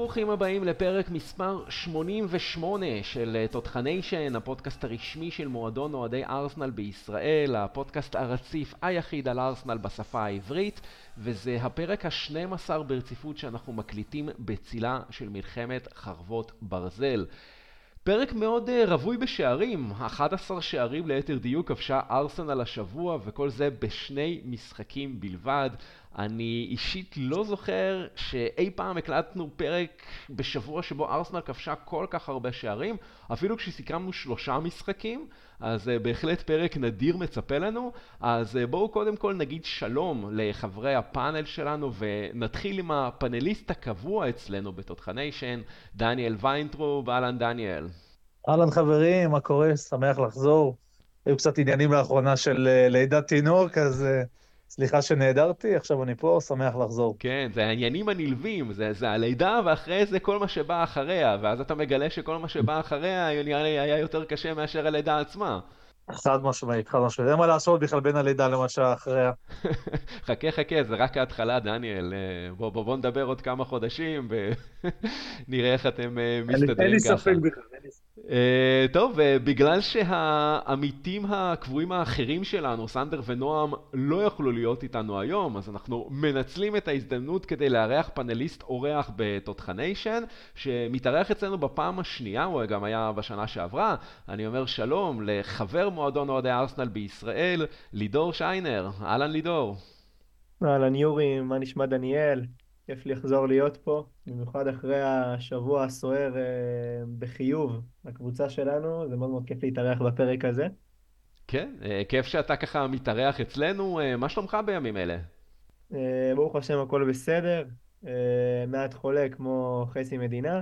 וברוכים הבאים לפרק מספר 88 של תותחניישן, הפודקאסט הרשמי של מועדון אוהדי ארסנל בישראל, הפודקאסט הרציף היחיד על ארסנל בשפה העברית, וזה הפרק ה-12 ברציפות שאנחנו מקליטים בצילה של מלחמת חרבות ברזל. פרק מאוד רבוי בשערים, 11 שערים ליתר דיוק כבשה ארסנל השבוע, וכל זה בשני משחקים בלבד. אני אישית לא זוכר שאי פעם הקלטנו פרק בשבוע שבו ארסנל כבשה כל כך הרבה שערים, אפילו כשסיכמנו 3 משחקים, אז בהחלט פרק נדיר מצפה לנו. אז בואו קודם כל נגיד שלום לחברי הפאנל שלנו, ונתחיל עם הפאנליסט הקבוע אצלנו בתותחניישן, דניאל ויינטרוב. אהלן דניאל. אהלן חברים, מה קורה? שמח לחזור. היו קצת עניינים לאחרונה של לידת תינוק, אז סליחה שנהדרתי, עכשיו אני פה, שמח לחזור. כן, זה העניינים הנלווים, זה הלידה ואחרי זה כל מה שבא אחריה, ואז אתה מגלה שכל מה שבא אחריה נראה לי היה יותר קשה מאשר הלידה עצמה. חד משמעית. אין מה לעשות בכלל בין הלידה למה שאחריה. חכה, זה רק ההתחלה דניאל, בוא נדבר עוד כמה חודשים ונראה איך אתם מסתדרים ככה. אין לי ספק בכלל. טוב, בגלל שהעמיתים הקבועים האחרים שלנו, סנדר ונועם, לא יכלו להיות איתנו היום, אז אנחנו מנצלים את ההזדמנות כדי לארח פאנליסט אורח בתותחניישן, שמתארח אצלנו בפעם השנייה, הוא גם היה בשנה שעברה. אני אומר שלום לחבר מועדון אוהדי ארסנל בישראל, לידור שיינר. אהלן לידור. אהלן יורי, מה נשמע דניאל? כיף לחזור להיות פה, במיוחד אחרי השבוע הסוער בחיוב לקבוצה שלנו, זה מאוד מאוד כיף להתארח בפרק הזה. כן, כיף שאתה ככה מתארח אצלנו. מה שלומך בימים אלה? ברוך השם הכל בסדר, מעט חולה כמו חצי מדינה,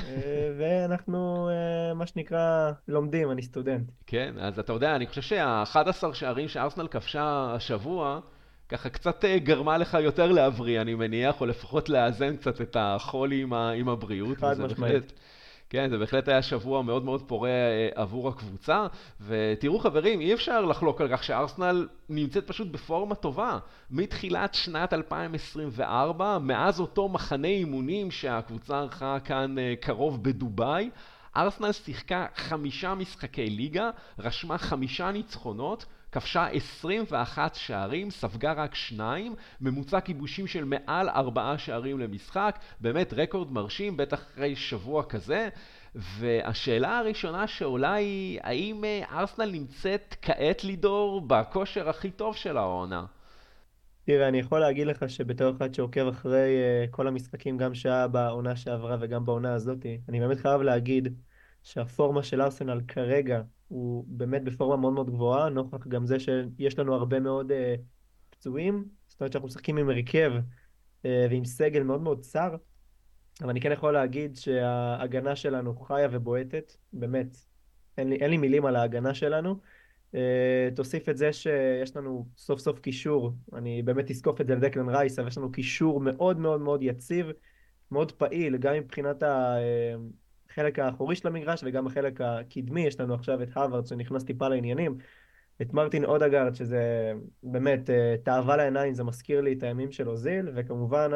ואנחנו מה שנקרא לומדים, אני סטודנט. כן, אז אתה יודע, אני חושב שה-11 שערים שארסנל כבשה השבוע, ככה קצת גרמה לך יותר להבריא, אני מניח, או לפחות לאזן קצת את החולי עם הבריאות. חד משמעית. כן, זה בהחלט היה שבוע מאוד מאוד פורה עבור הקבוצה, ותראו חברים, אי אפשר לחלוק על כך שארסנל נמצאת פשוט בפורמה טובה. מתחילת שנת 2024, מאז אותו מחנה אימונים שהקבוצה ערכה כאן קרוב בדובאי, ארסנל שיחקה 5 משחקי ליגה, רשמה 5 ניצחונות, כבשה 21 שערים, ספגה רק 2, ממוצע כיבושים של מעל 4 שערים למשחק, באמת רקורד מרשים, בטח אחרי שבוע כזה. והשאלה הראשונה שעולה היא, האם ארסנל נמצאת כעת לידור בכושר הכי טוב של העונה? תראה, אני יכול להגיד לך שבתור אחד שעוקב אחרי כל המשחקים, גם שהיה בעונה שעברה וגם בעונה הזאת, אני באמת חייב להגיד שהפורמה של ארסנל כרגע הוא באמת בפורמה מאוד מאוד גבוהה, נוכח גם זה שיש לנו הרבה מאוד פצועים, זאת אומרת שאנחנו משחקים עם הרכב ועם סגל מאוד מאוד צר, אבל אני כן יכול להגיד שההגנה שלנו חיה ובועטת, באמת, אין לי מילים על ההגנה שלנו. תוסיף את זה שיש לנו סוף סוף קישור, אני באמת אסקוף את זה לדקלן רייס, אבל יש לנו קישור מאוד מאוד מאוד יציב, מאוד פעיל, גם מבחינת החלק האחורי של המגרש וגם החלק הקדמי. יש לנו עכשיו את הווארד שנכנס טיפה לעניינים, את מרטין אודגרד שזה באמת תאווה לעיניים, זה מזכיר לי את הימים של אוזיל, וכמובן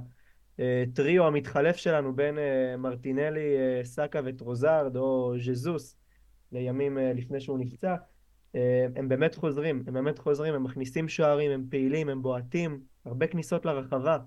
הטריו המתחלף שלנו בין מרטינלי, סאקה וטרוזארד או ז'זוס לימים לפני שהוא נפצע. הם באמת חוזרים, הם מכניסים שערים, הם פעילים, הם בועטים, הרבה כניסות לרחבה.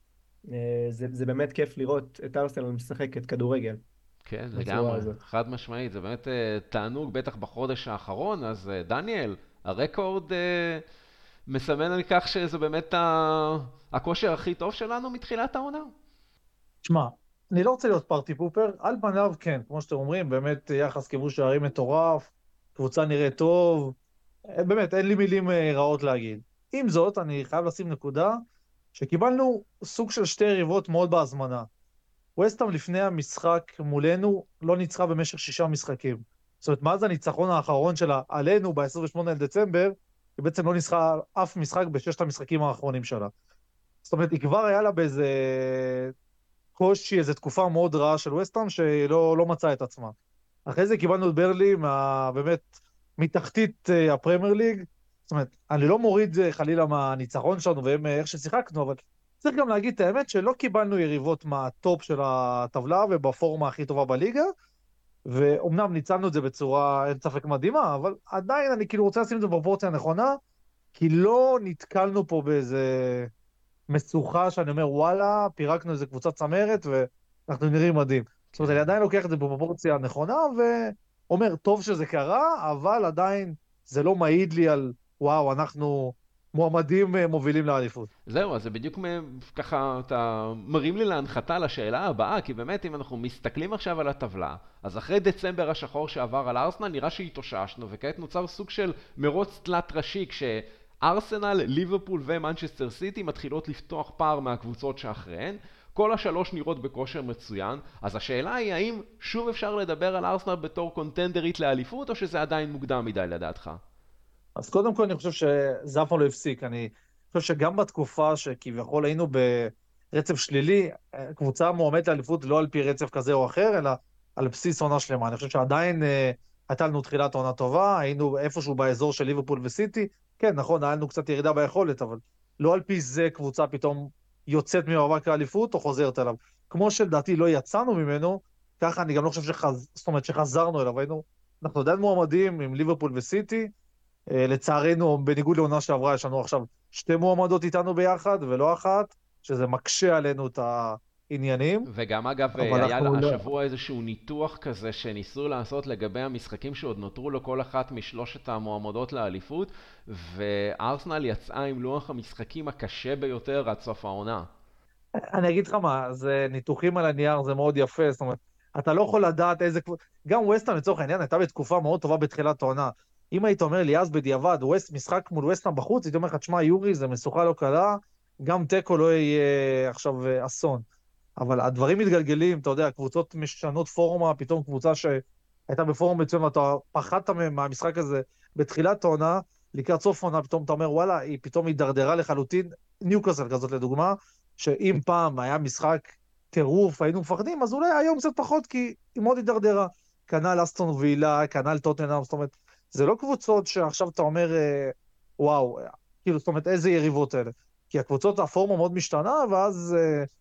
זה באמת כיף לראות את ארסנל משחקת כדורגל. כן, לגמרי, חד משמעית, זה באמת תענוג בטח בחודש האחרון. אז דניאל, הרקורד מסמן על כך שזה באמת הכושר הכי טוב שלנו מתחילת העונה? תשמע, אני לא רוצה להיות פארטי פופר, על פניו כן, כמו שאתם אומרים, באמת יחס כיבוש שערים מטורף, קבוצה נראית טוב, באמת אין לי מילים רעות להגיד. עם זאת, אני חייב לשים נקודה שקיבלנו סוג של 2 יריבות מאוד בהזמנה. ווסטהאם לפני המשחק מולנו לא ניצחה במשך 6 משחקים. זאת אומרת, מאז הניצחון האחרון שלה עלינו ב-28 לדצמבר, היא בעצם לא ניצחה אף משחק ב6 המשחקים האחרונים שלה. זאת אומרת, היא כבר היה לה באיזה קושי, איזו תקופה מאוד רעה של ווסטהאם שלא מצאה את עצמה. אחרי זה קיבלנו את ברלי באמת מתחתית הפרמייר ליג. זאת אומרת, אני לא מוריד חלילה מהניצחון שלנו ואיך ששיחקנו, אבל צריך גם להגיד את האמת שלא קיבלנו יריבות מהטופ של הטבלה ובפורמה הכי טובה בליגה, ואומנם ניצלנו את זה בצורה, אין ספק מדהימה, אבל עדיין אני כאילו רוצה לשים את זה בפרופורציה הנכונה, כי לא נתקלנו פה באיזה משוכה שאני אומר, וואלה, פירקנו איזה קבוצת צמרת ואנחנו נראים מדהים. זאת אומרת, אני עדיין לוקח את זה בפרופורציה הנכונה, ואומר, טוב שזה קרה, אבל עדיין זה לא מעיד לי על, וואו, אנחנו מועמדים מובילים לאליפות. זהו, אז זה בדיוק ככה, אתה מרים לי להנחתה לשאלה הבאה, כי באמת אם אנחנו מסתכלים עכשיו על הטבלה, אז אחרי דצמבר השחור שעבר על ארסנל, נראה שהתאוששנו, וכעת נוצר סוג של מרוץ תלת ראשי, כשארסנל, ליברפול ומנצ'סטר סיטי מתחילות לפתוח פער מהקבוצות שאחריהן, כל השלוש נראות בכושר מצוין, אז השאלה היא האם שוב אפשר לדבר על ארסנל בתור קונטנדרית לאליפות, או שזה עדיין מוקדם מדי לדעתך? אז קודם כל אני חושב שזה אף פעם לא הפסיק. אני חושב שגם בתקופה שכביכול היינו ברצף שלילי, קבוצה מועמדת לאליפות לא על פי רצף כזה או אחר, אלא על בסיס עונה שלמה. אני חושב שעדיין הייתה לנו תחילת עונה טובה, היינו איפשהו באזור של ליברפול וסיטי. כן, נכון, היה לנו קצת ירידה ביכולת, אבל לא על פי זה קבוצה פתאום יוצאת ממאבק האליפות או חוזרת אליו. כמו שלדעתי לא יצאנו ממנו, ככה אני גם לא חושב זאת אומרת שחזרנו אליו. אנחנו עדיין מועמדים עם ליברפול וסיטי, לצערנו, בניגוד לעונה שעברה, יש לנו עכשיו שתי מועמדות איתנו ביחד, ולא אחת, שזה מקשה עלינו את העניינים. וגם אגב, היה השבוע איזשהו ניתוח כזה שניסו לעשות לגבי המשחקים שעוד נותרו לו כל אחת משלושת המועמדות לאליפות, וארסנל יצאה עם לוח המשחקים הקשה ביותר עד סוף העונה. אני אגיד לך מה, זה ניתוחים על הנייר, זה מאוד יפה, זאת אומרת, אתה לא יכול לדעת איזה גם ווסטהאם לצורך העניין הייתה בתקופה מאוד טובה בתחילת העונה. אם היית אומר לי אז בדיעבד, משחק מול ווסטהאם בחוץ, הייתי אומר לך, תשמע יורי, זה משוכה לא קלה, גם טקו לא יהיה עכשיו אסון. אבל הדברים מתגלגלים, אתה יודע, קבוצות משנות פורמה, פתאום קבוצה שהייתה בפורמה מצוין, ואתה פחדת מהמשחק הזה בתחילת העונה, לקראת סוף העונה, פתאום אתה אומר, וואלה, היא פתאום הידרדרה לחלוטין, ניוקאסל כזאת לדוגמה, שאם פעם היה משחק טירוף, היינו מפחדים, אז אולי היום קצת פחות, כי היא מאוד הידרדרה. כנ"ל אסטון וילה, כנ"ל טוטנהאם, זאת אומרת, זה לא קבוצות שעכשיו אתה אומר, וואו, כאילו, זאת אומרת, איזה יריבות אלה. כי הקבוצות, הפורמה מאוד משתנה, ואז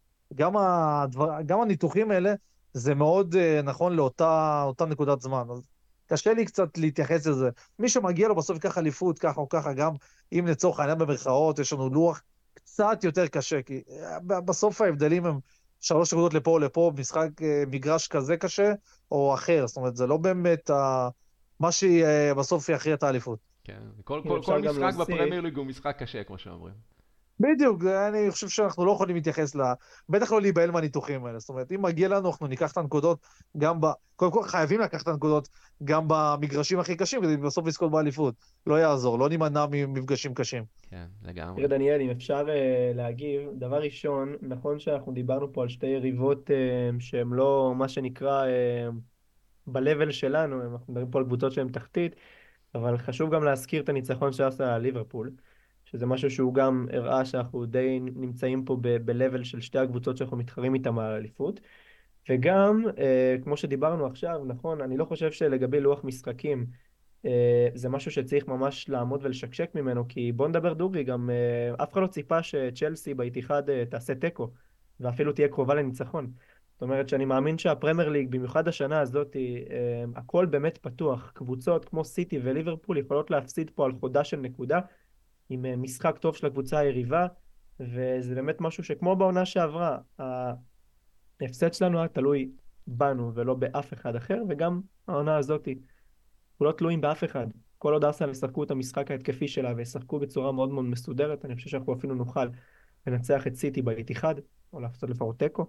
גם הניתוחים האלה, זה מאוד נכון לאותה נקודת זמן. אז קשה לי קצת להתייחס לזה. מי שמגיע לו בסוף ייקח אליפות, ככה או ככה, גם אם לצורך העניין במרכאות, יש לנו לוח קצת יותר קשה, כי בסוף ההבדלים הם 3 נקודות לפה או לפה, משחק מגרש כזה קשה, או אחר. זאת אומרת, זה לא באמת מה שבסוף יכריע את האליפות. כן, כל משחק בפרמייר ליג הוא משחק קשה, כמו שאומרים. בדיוק, אני חושב שאנחנו לא יכולים להתייחס בטח לא להיבהל מהניתוחים האלה. זאת אומרת, אם מגיע לנו, אנחנו ניקח את הנקודות קודם כל חייבים לקחת את הנקודות גם במגרשים הכי קשים, כדי בסוף לזכות באליפות. לא יעזור, לא נימנע ממפגשים קשים. כן, לגמרי. תראה דניאל, אם אפשר להגיב, דבר ראשון, נכון שאנחנו דיברנו פה על שתי יריבות שהן לא מה שנקרא ב-level שלנו, אנחנו מדברים פה על קבוצות שהן תחתית, אבל חשוב גם להזכיר את הניצחון שעשה על ליברפול, שזה משהו שהוא גם הראה שאנחנו די נמצאים פה ב-level של שתי הקבוצות שאנחנו מתחרים איתם על האליפות, וגם, כמו שדיברנו עכשיו, נכון, אני לא חושב שלגבי לוח משחקים, זה משהו שצריך ממש לעמוד ולשקשק ממנו, כי בוא נדבר דוגרי, גם אף אחד לא ציפה שצ'לסי באיתיחד תעשה טקו, ואפילו תהיה קרובה לניצחון. זאת אומרת שאני מאמין שהפרמייר ליג, במיוחד השנה הזאת, הכל באמת פתוח. קבוצות כמו סיטי וליברפול יכולות להפסיד פה על חודה של נקודה, עם משחק טוב של הקבוצה היריבה, וזה באמת משהו שכמו בעונה שעברה, ההפסד שלנו היה תלוי בנו ולא באף אחד אחר, וגם העונה הזאת אנחנו לא תלויים באף אחד. כל עוד ארסנל ישחקו את המשחק ההתקפי שלה וישחקו בצורה מאוד מאוד מסודרת, אני חושב שאנחנו אפילו נוכל לנצח את סיטי באיתיחד, או לעשות לפחות טקו.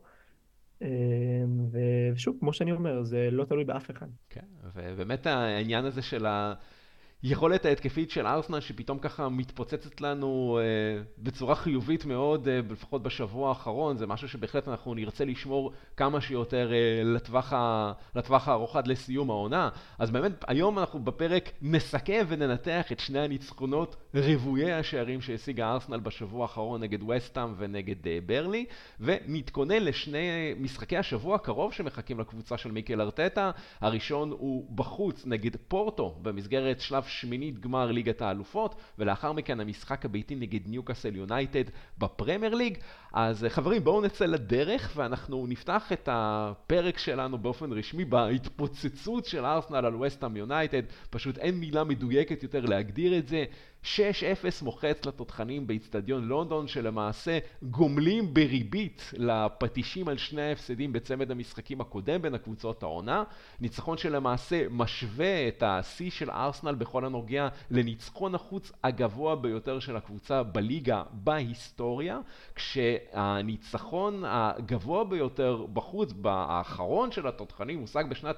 ושוב, כמו שאני אומר, זה לא תלוי באף אחד. כן, ובאמת העניין הזה של היכולת ההתקפית של ארסנל שפתאום ככה מתפוצצת לנו בצורה חיובית מאוד, לפחות בשבוע האחרון, זה משהו שבהחלט אנחנו נרצה לשמור כמה שיותר לטווח הארוך עד לסיום העונה. אז באמת היום אנחנו בפרק נסכם וננתח את שני הניצחונות רבויי השערים שהשיגה ארסנל בשבוע האחרון נגד וסטהאם ונגד ברלי, ונתכונן לשני משחקי השבוע הקרוב שמחכים לקבוצה של מיקל ארטטה. הראשון הוא בחוץ נגד פורטו במסגרת שלב שמינית גמר ליגת האלופות, ולאחר מכן המשחק הביתי נגד ניוקאסל יונייטד בפרמייר ליג. אז חברים, בואו נצא לדרך, ואנחנו נפתח את הפרק שלנו באופן רשמי בהתפוצצות של ארסנל על וסטהאם יונייטד. פשוט אין מילה מדויקת יותר להגדיר את זה. 6-0 מוחץ לתותחנים באצטדיון לונדון, שלמעשה גומלים בריבית לפטישים על שני ההפסדים בצמד המשחקים הקודם בין הקבוצות העונה. ניצחון שלמעשה משווה את השיא של ארסנל בכל הנוגע לניצחון החוץ הגבוה ביותר של הקבוצה בליגה בהיסטוריה, כשהניצחון הגבוה ביותר בחוץ באחרון של התותחנים הושג בשנת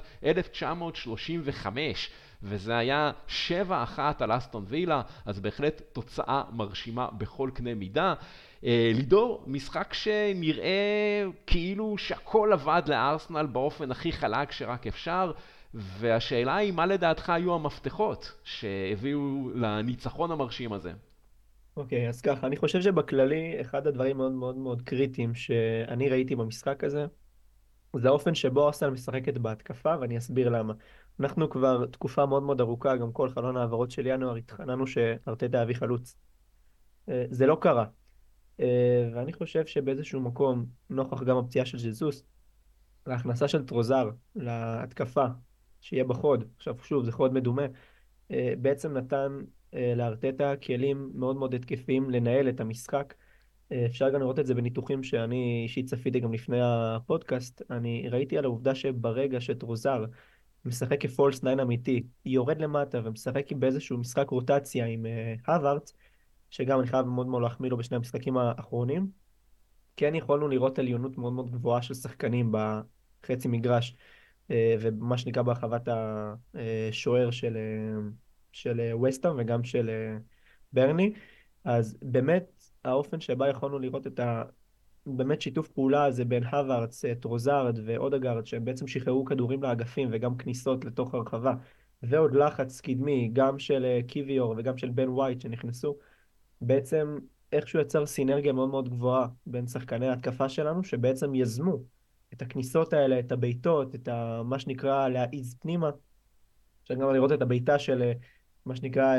1935, וזה היה 7-1 על אסטון וילה, אז בהחלט תוצאה מרשימה בכל קנה מידה. לידור, משחק שנראה כאילו שהכל עבד לארסנל באופן הכי חלק שרק אפשר, והשאלה היא מה לדעתך היו המפתחות שהביאו לניצחון המרשים הזה? אוקיי, אז ככה, אני חושב שבכללי אחד הדברים מאוד מאוד מאוד קריטיים שאני ראיתי במשחק הזה, זה האופן שבו ארסנל משחקת בהתקפה, ואני אסביר למה. אנחנו כבר תקופה מאוד מאוד ארוכה, גם כל חלון העברות של ינואר התחננו שארטטה יביא חלוץ. זה לא קרה. ואני חושב שבאיזשהו מקום, נוכח גם הפציעה של ז'זוס, להכנסה של טרוזר להתקפה, שיהיה בחוד, עכשיו שוב, זה חוד מדומה, בעצם נתן לארטטה כלים מאוד מאוד התקפיים לנהל את המשחק. אפשר גם לראות את זה בניתוחים שאני אישית צפיתי גם לפני הפודקאסט. אני ראיתי על העובדה שברגע שטרוזר משחק כפולס 9 אמיתי, יורד למטה ומשחק באיזשהו משחק רוטציה עם הווארץ, שגם אני חייב מאוד מאוד להחמיא לו בשני המשחקים האחרונים, כן יכולנו לראות עליונות מאוד מאוד גבוהה של שחקנים בחצי מגרש, ומה שנקרא בהרחבת השוער של וסטהאם וגם של ברני. אז באמת האופן שבה יכולנו לראות את באמת שיתוף פעולה הזה בין הווארץ, טרוזארד ואודגרד, שהם בעצם שחררו כדורים לאגפים וגם כניסות לתוך הרחבה, ועוד לחץ קדמי גם של קיוויור וגם של בן ווייט שנכנסו, בעצם איכשהו יצר סינרגיה מאוד מאוד גבוהה בין שחקני ההתקפה שלנו, שבעצם יזמו את הכניסות האלה, את הביתות, את מה שנקרא להעיז פנימה. אפשר גם לראות את הביתה של מה שנקרא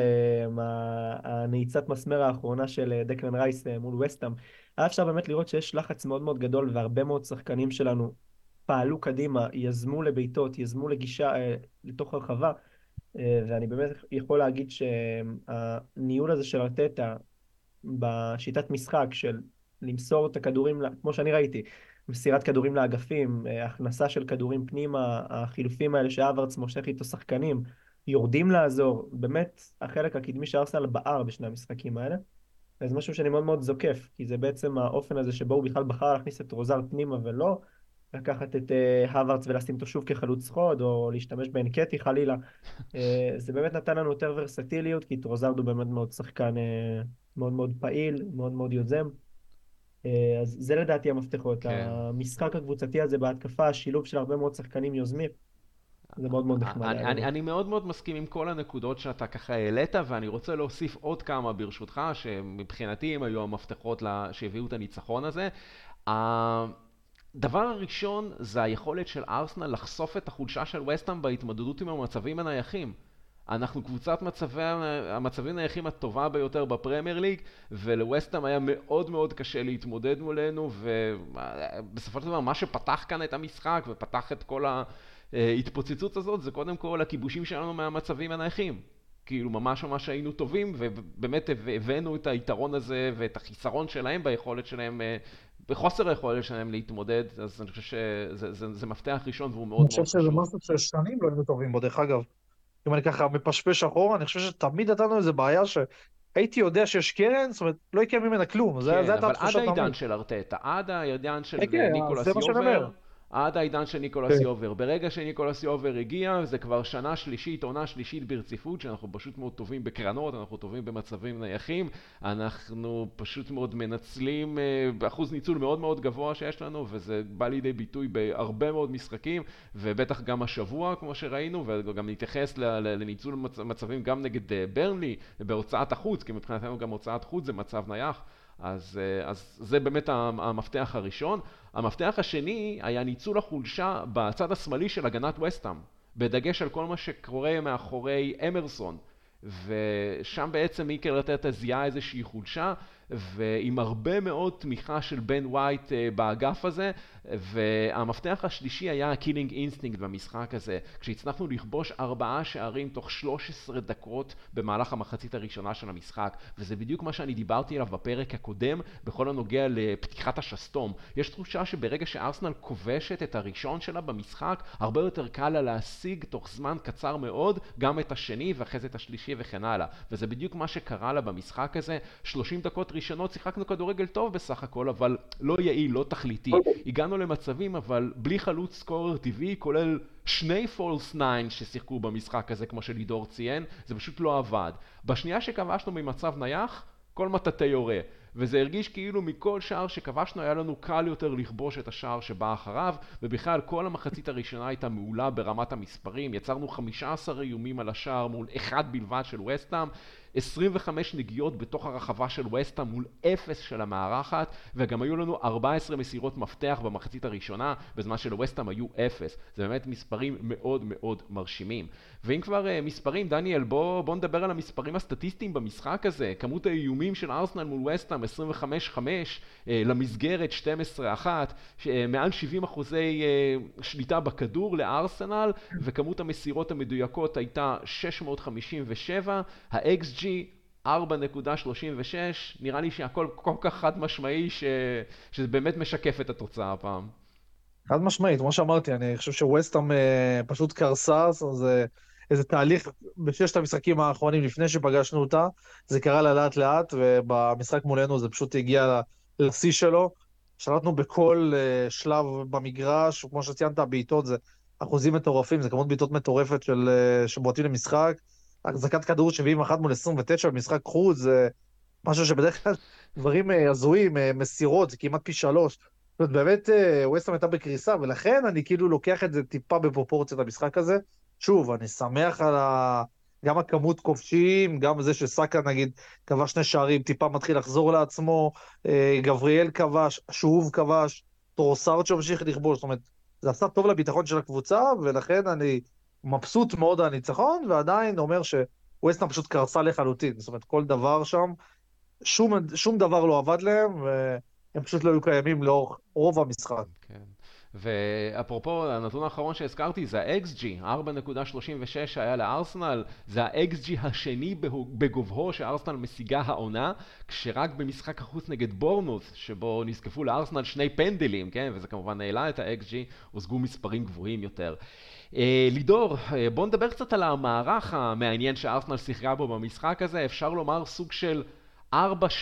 הנעיצת מסמר האחרונה של דקלן רייס מול וסטהאם. היה אפשר באמת לראות שיש לחץ מאוד מאוד גדול, והרבה מאוד שחקנים שלנו פעלו קדימה, יזמו לביתות, יזמו לגישה לתוך הרחבה, ואני באמת יכול להגיד שהניהול הזה של ארטטה בשיטת משחק של למסור את הכדורים, כמו שאני ראיתי, מסירת כדורים לאגפים, הכנסה של כדורים פנימה, החילופים האלה שהווארץ מושך איתו שחקנים, יורדים לעזור, באמת החלק הקדמי של ארסנל בער בשני המשחקים האלה. זה משהו שאני מאוד מאוד זוקף, כי זה בעצם האופן הזה שבו הוא בכלל בחר להכניס את טרוזר פנימה ולא לקחת את הווארץ ולשים אותו שוב כחלוץ חוד, או להשתמש באנקטי חלילה. זה באמת נתן לנו יותר ורסטיליות, כי טרוזר הוא באמת מאוד שחקן מאוד מאוד פעיל, מאוד מאוד יוזם. אז זה לדעתי המפתחות. כן. המשחק הקבוצתי הזה בהתקפה, השילוב של הרבה מאוד שחקנים יוזמים, זה מאוד מאוד נחמד. אני מאוד מאוד מסכים עם כל הנקודות שאתה ככה העלית, ואני רוצה להוסיף עוד כמה ברשותך, שמבחינתי הם היו המפתחות שהביאו את הניצחון הזה. הדבר הראשון זה היכולת של ארסנל לחשוף את החולשה של וסטהאם בהתמודדות עם המצבים הנייחים. אנחנו קבוצת המצבים נייחים הטובה ביותר בפרמייר ליג, ולווסטהאם היה מאוד מאוד קשה להתמודד מולנו, ובסופו של דבר מה שפתח כאן את המשחק ופתח את כל ההתפוצצות הזאת, זה קודם כל הכיבושים שלנו מהמצבים הנייחים. כאילו ממש ממש היינו טובים, ובאמת הבאנו את היתרון הזה ואת החיסרון שלהם ביכולת שלהם, בחוסר היכולת שלהם להתמודד. אז אני חושב שזה מפתח ראשון והוא מאוד מאוד חשוב. אני חושב שזה משהו ששנים לא היינו טובים בו, דרך אגב. אם אני ככה מפשפש אחורה, אני חושב שתמיד נתנו איזו בעיה שהייתי יודע שיש קרן, זאת אומרת, לא יקרה ממנה כלום. זה הייתה אבל התחושה עד תמיד. העידן של ארטטה, עד העידן של כן, ניקולס זה מה שאני יובר, אומר. עד העידן של ניקולס יובר. ברגע שניקולס יובר הגיע, זה כבר שנה שלישית, עונה שלישית ברציפות, שאנחנו פשוט מאוד טובים בקרנות, אנחנו טובים במצבים נייחים, אנחנו פשוט מאוד מנצלים באחוז ניצול מאוד מאוד גבוה שיש לנו, וזה בא לידי ביטוי בהרבה מאוד משחקים, ובטח גם השבוע, כמו שראינו, וגם נתייחס לניצול מצבים גם נגד ברנלי, בהוצאת החוץ, כי מבחינתנו גם הוצאת חוץ זה מצב נייח. אז זה באמת המפתח הראשון. המפתח השני היה ניצול החולשה בצד השמאלי של הגנת וסטהאם, בדגש על כל מה שקורה מאחורי אמרסון. ושם בעצם מיקל ארטטה זיהה איזושהי חולשה, ועם הרבה מאוד תמיכה של בן ווייט באגף הזה, והמפתח השלישי היה ה-Killing Instinct במשחק הזה, כשהצלחנו לכבוש 4 שערים תוך 13 דקות במהלך המחצית הראשונה של המשחק, וזה בדיוק מה שאני דיברתי עליו בפרק הקודם, בכל הנוגע לפתיחת השסתום. יש תחושה שברגע שארסנל כובשת את הראשון שלה במשחק, הרבה יותר קל לה להשיג תוך זמן קצר מאוד, גם את השני ואחרי זה את השלישי וכן הלאה. וזה בדיוק מה שקרה לה במשחק הזה. 30 דקות ראשונות שיחקנו כדורגל טוב בסך הכל, אבל לא יעיל, לא תכליתי. הגענו למצבים, אבל בלי חלוץ סקורר טבעי, כולל 2 פולס 9 ששיחקו במשחק הזה, כמו שלידור ציין, זה פשוט לא עבד. בשנייה שכבשנו ממצב נייח, כל מטאטא יורה. וזה הרגיש כאילו מכל שער שכבשנו היה לנו קל יותר לכבוש את השער שבא אחריו, ובכלל כל המחצית הראשונה הייתה מעולה ברמת המספרים. יצרנו 15 איומים על השער מול 1 בלבד של וסטהאם, 25 נגיעות בתוך הרחבה של וסטהאם מול 0 של המארחת, וגם היו לנו 14 מסירות מפתח במחצית הראשונה, בזמן שלווסטהאם היו 0. זה באמת מספרים מאוד מאוד מרשימים. ואם כבר מספרים, דניאל, בוא נדבר על המספרים הסטטיסטיים במשחק הזה. כמות האיומים של ארסנל מול וסטהאם 25-5, למסגרת 12-1, מעל 70% שליטה בכדור לארסנל, וכמות המסירות המדויקות הייתה 657, ה-XG 4.36, נראה לי שהכל כל כך חד משמעי שזה באמת משקף את התוצאה הפעם. חד משמעית, כמו שאמרתי, אני חושב שווסטהאם פשוט קרסה, זה איזה תהליך בששת המשחקים האחרונים לפני שפגשנו אותה, זה קרה לה לאט לאט, ובמשחק מולנו זה פשוט הגיע לשיא שלו. שלטנו בכל שלב במגרש, כמו שציינת, בעיטות זה אחוזים מטורפים, זה כמות בעיטות מטורפת שבועטים למשחק, החזקת כדור 71 מול 29 במשחק חוץ, זה משהו שבדרך כלל דברים הזויים, מסירות, זה כמעט פי 3. זאת אומרת, באמת ווסטהאם הייתה בקריסה, ולכן אני כאילו לוקח את זה טיפה בפרופורציות המשחק הזה. שוב, אני שמח על גם הכמות כובשים, גם זה שסאקה נגיד כבש 2 שערים, טיפה מתחיל לחזור לעצמו, גבריאל כבש, שוב כבש, טרוסארד שהמשיך לכבוש, זאת אומרת, זה עשה טוב לביטחון של הקבוצה, ולכן אני מבסוט מאוד על הניצחון, ועדיין אומר שווסטהאם פשוט קרסה לחלוטין, זאת אומרת, כל דבר שם, שום דבר לא עבד להם, והם פשוט לא היו קיימים לאורך רוב המשחק. כן. ואפרופו, הנתון האחרון שהזכרתי זה ה-XG, 4.36 היה לארסנל, זה ה-XG השני בגובהו שארסנל משיגה העונה, כשרק במשחק החוץ נגד בורנמות' שבו נזקפו לארסנל 2 פנדלים, כן? וזה כמובן העלה את ה-XG, הושגו מספרים גבוהים יותר. לידור, בוא נדבר קצת על המערך המעניין שארסנל שיחקה בו במשחק הזה, אפשר לומר סוג של 4-2-4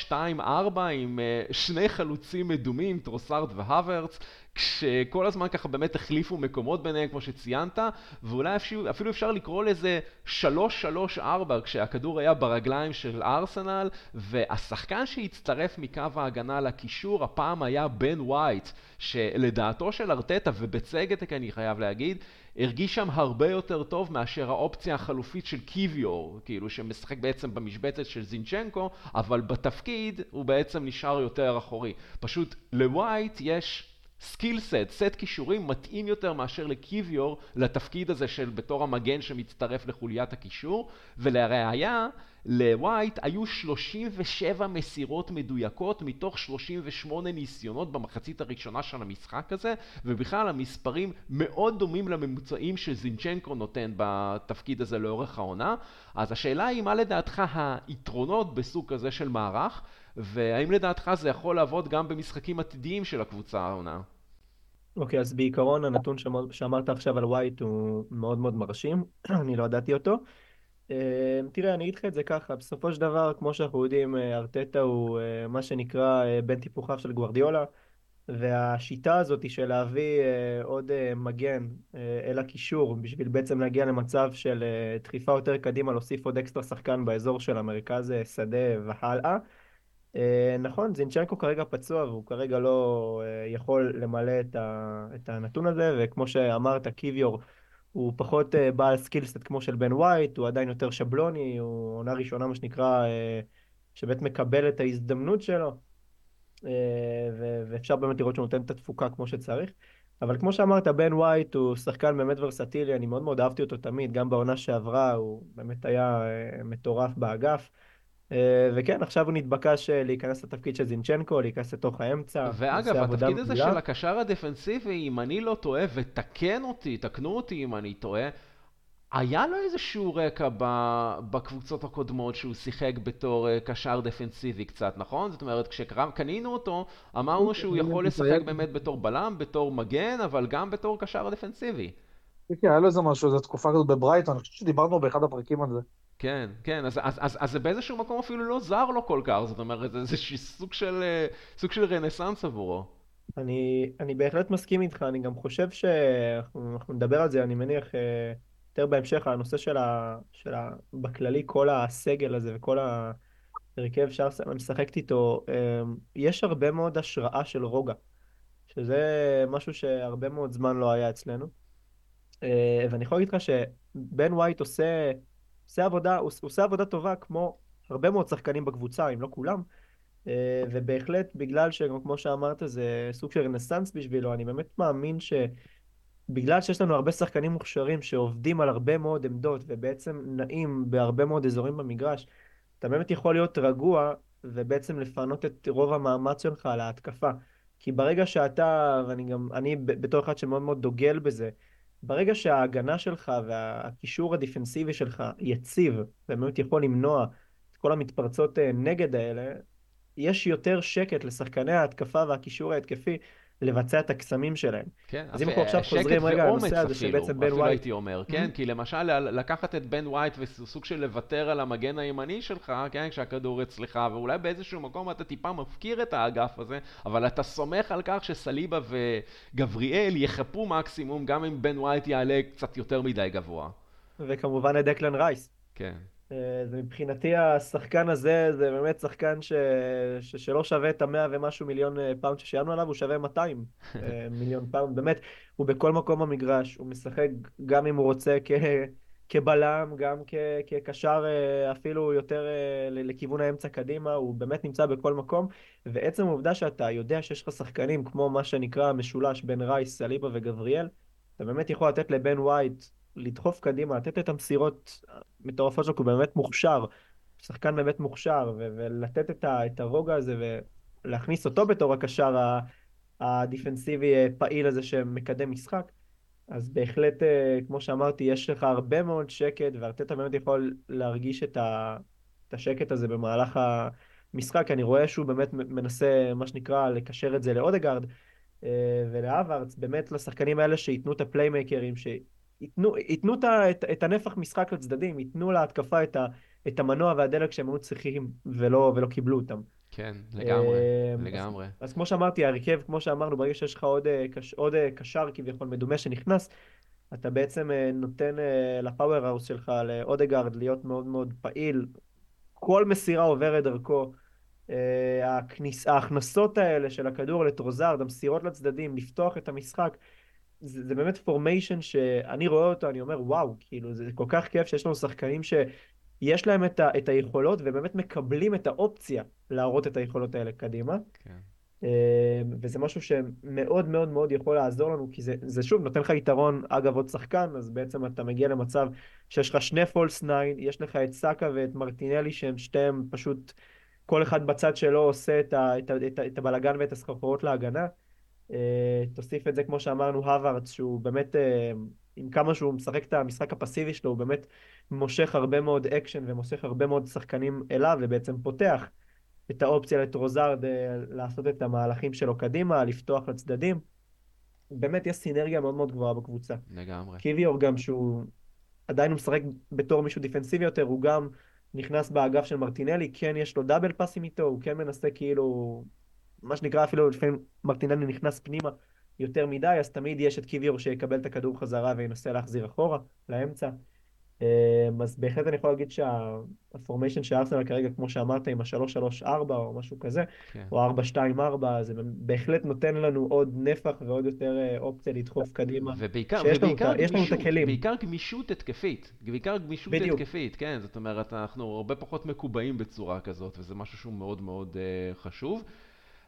עם 2 חלוצים מדומים, טרוסארד והוורץ, כשכל הזמן ככה באמת החליפו מקומות ביניהם כמו שציינת, ואולי אפילו אפשר לקרוא לזה 3-3-4 כשהכדור היה ברגליים של ארסנל, והשחקן שהצטרף מקו ההגנה לקישור הפעם היה בן ווייט, שלדעתו של ארטטה ובצדק אני חייב להגיד, הרגיש שם הרבה יותר טוב מאשר האופציה החלופית של קיוויור, כאילו שמשחק בעצם במשבצת של זינצ'נקו, אבל בתפקיד הוא בעצם נשאר יותר אחורי. פשוט לווייט יש סט כישורים מתאים יותר מאשר לקיוויור לתפקיד הזה של בתור המגן שמצטרף לחוליית הקישור, ולראיה לווייט היו 37 מסירות מדויקות מתוך 38 ניסיונות במחצית הראשונה של המשחק הזה, ובכלל המספרים מאוד דומים לממוצעים שזינצ'נקו נותן בתפקיד הזה לאורך העונה. אז השאלה היא מה לדעתך היתרונות בסוג כזה של מערך, והאם לדעתך זה יכול לעבוד גם במשחקים עתידיים של הקבוצה העונה? אוקיי, אז בעיקרון הנתון שאמרת עכשיו על ווייט הוא מאוד מאוד מרשים, אני לא ידעתי אותו. תראה, אני אגיד לך את זה ככה, בסופו של דבר, כמו שאנחנו יודעים, ארטטה הוא מה שנקרא בן טיפוחיו של גוארדיולה, והשיטה הזאת של להביא עוד מגן אל הקישור, בשביל בעצם להגיע למצב של דחיפה יותר קדימה, להוסיף עוד אקסטרה שחקן באזור של המרכז שדה והלאה. נכון, זינצ'נקו כרגע פצוע והוא כרגע לא יכול למלא את הנתון הזה, וכמו שאמרת, קיוויור הוא פחות בעל סקילסט כמו של בן ווייט, הוא עדיין יותר שבלוני, הוא עונה ראשונה מה שנקרא, שבאמת מקבל את ההזדמנות שלו, ואפשר באמת לראות שהוא נותן את התפוקה כמו שצריך. אבל כמו שאמרת, בן ווייט הוא שחקן באמת ורסטילי, אני מאוד מאוד אהבתי אותו תמיד, גם בעונה שעברה, הוא באמת היה מטורף באגף. וכן, עכשיו הוא נתבקש להיכנס לתפקיד של זינצ'נקו, להיכנס לתוך האמצע, ואגב, עושה עבודה התפקיד הזה מעולה. של הקשר הדפנסיבי, אם אני לא טועה, ותקן אותי, תקנו אותי אם אני טועה, היה לו איזשהו רקע בקבוצות הקודמות שהוא שיחק בתור קשר דפנסיבי קצת, נכון? זאת אומרת, כשקנינו אותו, אמרנו שהוא יכול לשחק באמת בתור בלם, בתור מגן, אבל גם בתור קשר דפנסיבי. כן, היה לו איזה משהו, איזו תקופה כזאת בברייטון, אני חושב שדיברנו באחד הפרקים על זה. כן, כן, אז זה באיזשהו מקום אפילו לא זר לו כל כך, זאת אומרת, זה איזשהו סוג של רנסנס עבורו. אני בהחלט מסכים איתך, אני גם חושב שאנחנו נדבר על זה, אני מניח, יותר בהמשך, על הנושא בכללי, כל הסגל הזה וכל ההרכב שארסנל משחקת איתו, יש הרבה מאוד השראה של רוגה, שזה משהו שהרבה מאוד זמן לא היה אצלנו. ואני יכול להגיד לך שבן ווייט הוא עושה עבודה טובה כמו הרבה מאוד שחקנים בקבוצה, אם לא כולם. ובהחלט בגלל שכמו שאמרת זה סוג של רנסנס בשבילו, אני באמת מאמין שבגלל שיש לנו הרבה שחקנים מוכשרים שעובדים על הרבה מאוד עמדות ובעצם נעים בהרבה מאוד אזורים במגרש, אתה באמת יכול להיות רגוע ובעצם לפנות את רוב המאמץ שלך על ההתקפה. כי ברגע שאתה, אני בתור אחד שמאוד מאוד דוגל בזה, ברגע שההגנה שלך והקישור הדיפנסיבי שלך יציב ובאמת יכול למנוע את כל המתפרצות נגד האלה, יש יותר שקט לשחקני ההתקפה והקישור ההתקפי לבצע את הקסמים שלהם. כן, אז אם אנחנו עכשיו שקט חוזרים רגע ואומץ לנושא הזה אפילו, שבעצם בן אפילו ווייט... הייתי אומר, כן? כי למשל לקחת את בן ווייט וסוג של לוותר על המגן הימני שלך, כן? כשהכדור אצלך, ואולי באיזשהו מקום אתה טיפה מפקיר את האגף הזה, אבל אתה סומך על כך שסליבה וגבריאל יחפו מקסימום, גם אם בן ווייט יעלה קצת יותר מדי גבוה. וכמובן את דקלן רייס. כן. זה מבחינתי השחקן הזה זה באמת שחקן שלא שווה את 100 ומשהו מיליון פאונד ששיימנו עליו, הוא שווה 200 מיליון פאונד, באמת, הוא בכל מקום במגרש, הוא משחק גם אם הוא רוצה כבלם, גם כקשר אפילו יותר לכיוון האמצע קדימה, הוא באמת נמצא בכל מקום, ועצם העובדה שאתה יודע שיש לך שחקנים כמו מה שנקרא המשולש בין רייס, סליבה וגבריאל, אתה באמת יכול לתת לבן ווייט לדחוף קדימה, לתת את המסירות מטורפות שלו, הוא באמת מוכשר, שחקן באמת מוכשר, ולתת את הרוגע הזה ולהכניס אותו בתור הקשר הדיפנסיבי פעיל הזה שמקדם משחק. אז בהחלט, כמו שאמרתי, יש לך הרבה מאוד שקט, וארטטה באמת יכול להרגיש את השקט הזה במהלך המשחק. אני רואה שהוא באמת מנסה, מה שנקרא, לקשר את זה לאודגרד ולהווארדס, באמת לשחקנים האלה שייתנו את הפליימייקרים, ייתנו את הנפח משחק לצדדים, ייתנו להתקפה את המנוע והדלק שהם היו צריכים ולא קיבלו אותם. כן, לגמרי, לגמרי. אז כמו שאמרתי, הרכב, כמו שאמרנו, ברגע שיש לך עוד קשר כביכול מדומה שנכנס, אתה בעצם נותן לפאוור האוס שלך, לאודגרד, להיות מאוד מאוד פעיל. כל מסירה עוברת דרכו. ההכנסות האלה של הכדור לטרוזארד, המסירות לצדדים, לפתוח את המשחק, זה באמת פורמיישן שאני רואה אותו, אני אומר, וואו, כאילו, זה כל כך כיף שיש לנו שחקנים שיש להם את היכולות, ובאמת מקבלים את האופציה להראות את היכולות האלה קדימה. כן. וזה משהו שמאוד מאוד מאוד יכול לעזור לנו, כי זה שוב נותן לך יתרון, אגב עוד שחקן, אז בעצם אתה מגיע למצב שיש לך שני פולס ניין, יש לך את סאקה ואת מרטינלי, שהם שתיהם פשוט, כל אחד בצד שלו עושה את הבלגן ואת הסחרחורות להגנה. תוסיף את זה כמו שאמרנו, הווארדס, שהוא באמת, עם כמה שהוא משחק את המשחק הפסיבי שלו, הוא באמת מושך הרבה מאוד אקשן ומושך הרבה מאוד שחקנים אליו, ובעצם פותח את האופציה לטרוזארד לעשות את המהלכים שלו קדימה, לפתוח לצדדים. באמת יש סינרגיה מאוד מאוד גבוהה בקבוצה. לגמרי. קיוויור גם שהוא עדיין משחק בתור מישהו דיפנסיבי יותר, הוא גם נכנס באגף של מרטינלי, כן יש לו דאבל פאסים איתו, הוא כן מנסה כאילו, מה שנקרא אפילו לפעמים מרטינלי נכנס פנימה יותר מדי, אז תמיד יש את קיוויור שיקבל את הכדור חזרה וינסה להחזיר אחורה, לאמצע. אז בהחלט אני יכול להגיד שהפורמיישן של ארסנל כרגע, כמו שאמרת, עם ה-3-3-4 או משהו כזה, כן. או 4-2-4, זה בהחלט נותן לנו עוד נפח ועוד יותר אופציה לדחוף קדימה. שיש לנו את הכלים. בעיקר גמישות התקפית. בעיקר גמישות בדיוק. התקפית, כן. זאת אומרת, אנחנו הרבה פחות מקובעים בצורה כזאת, וזה משהו שהוא מאוד מאוד חשוב.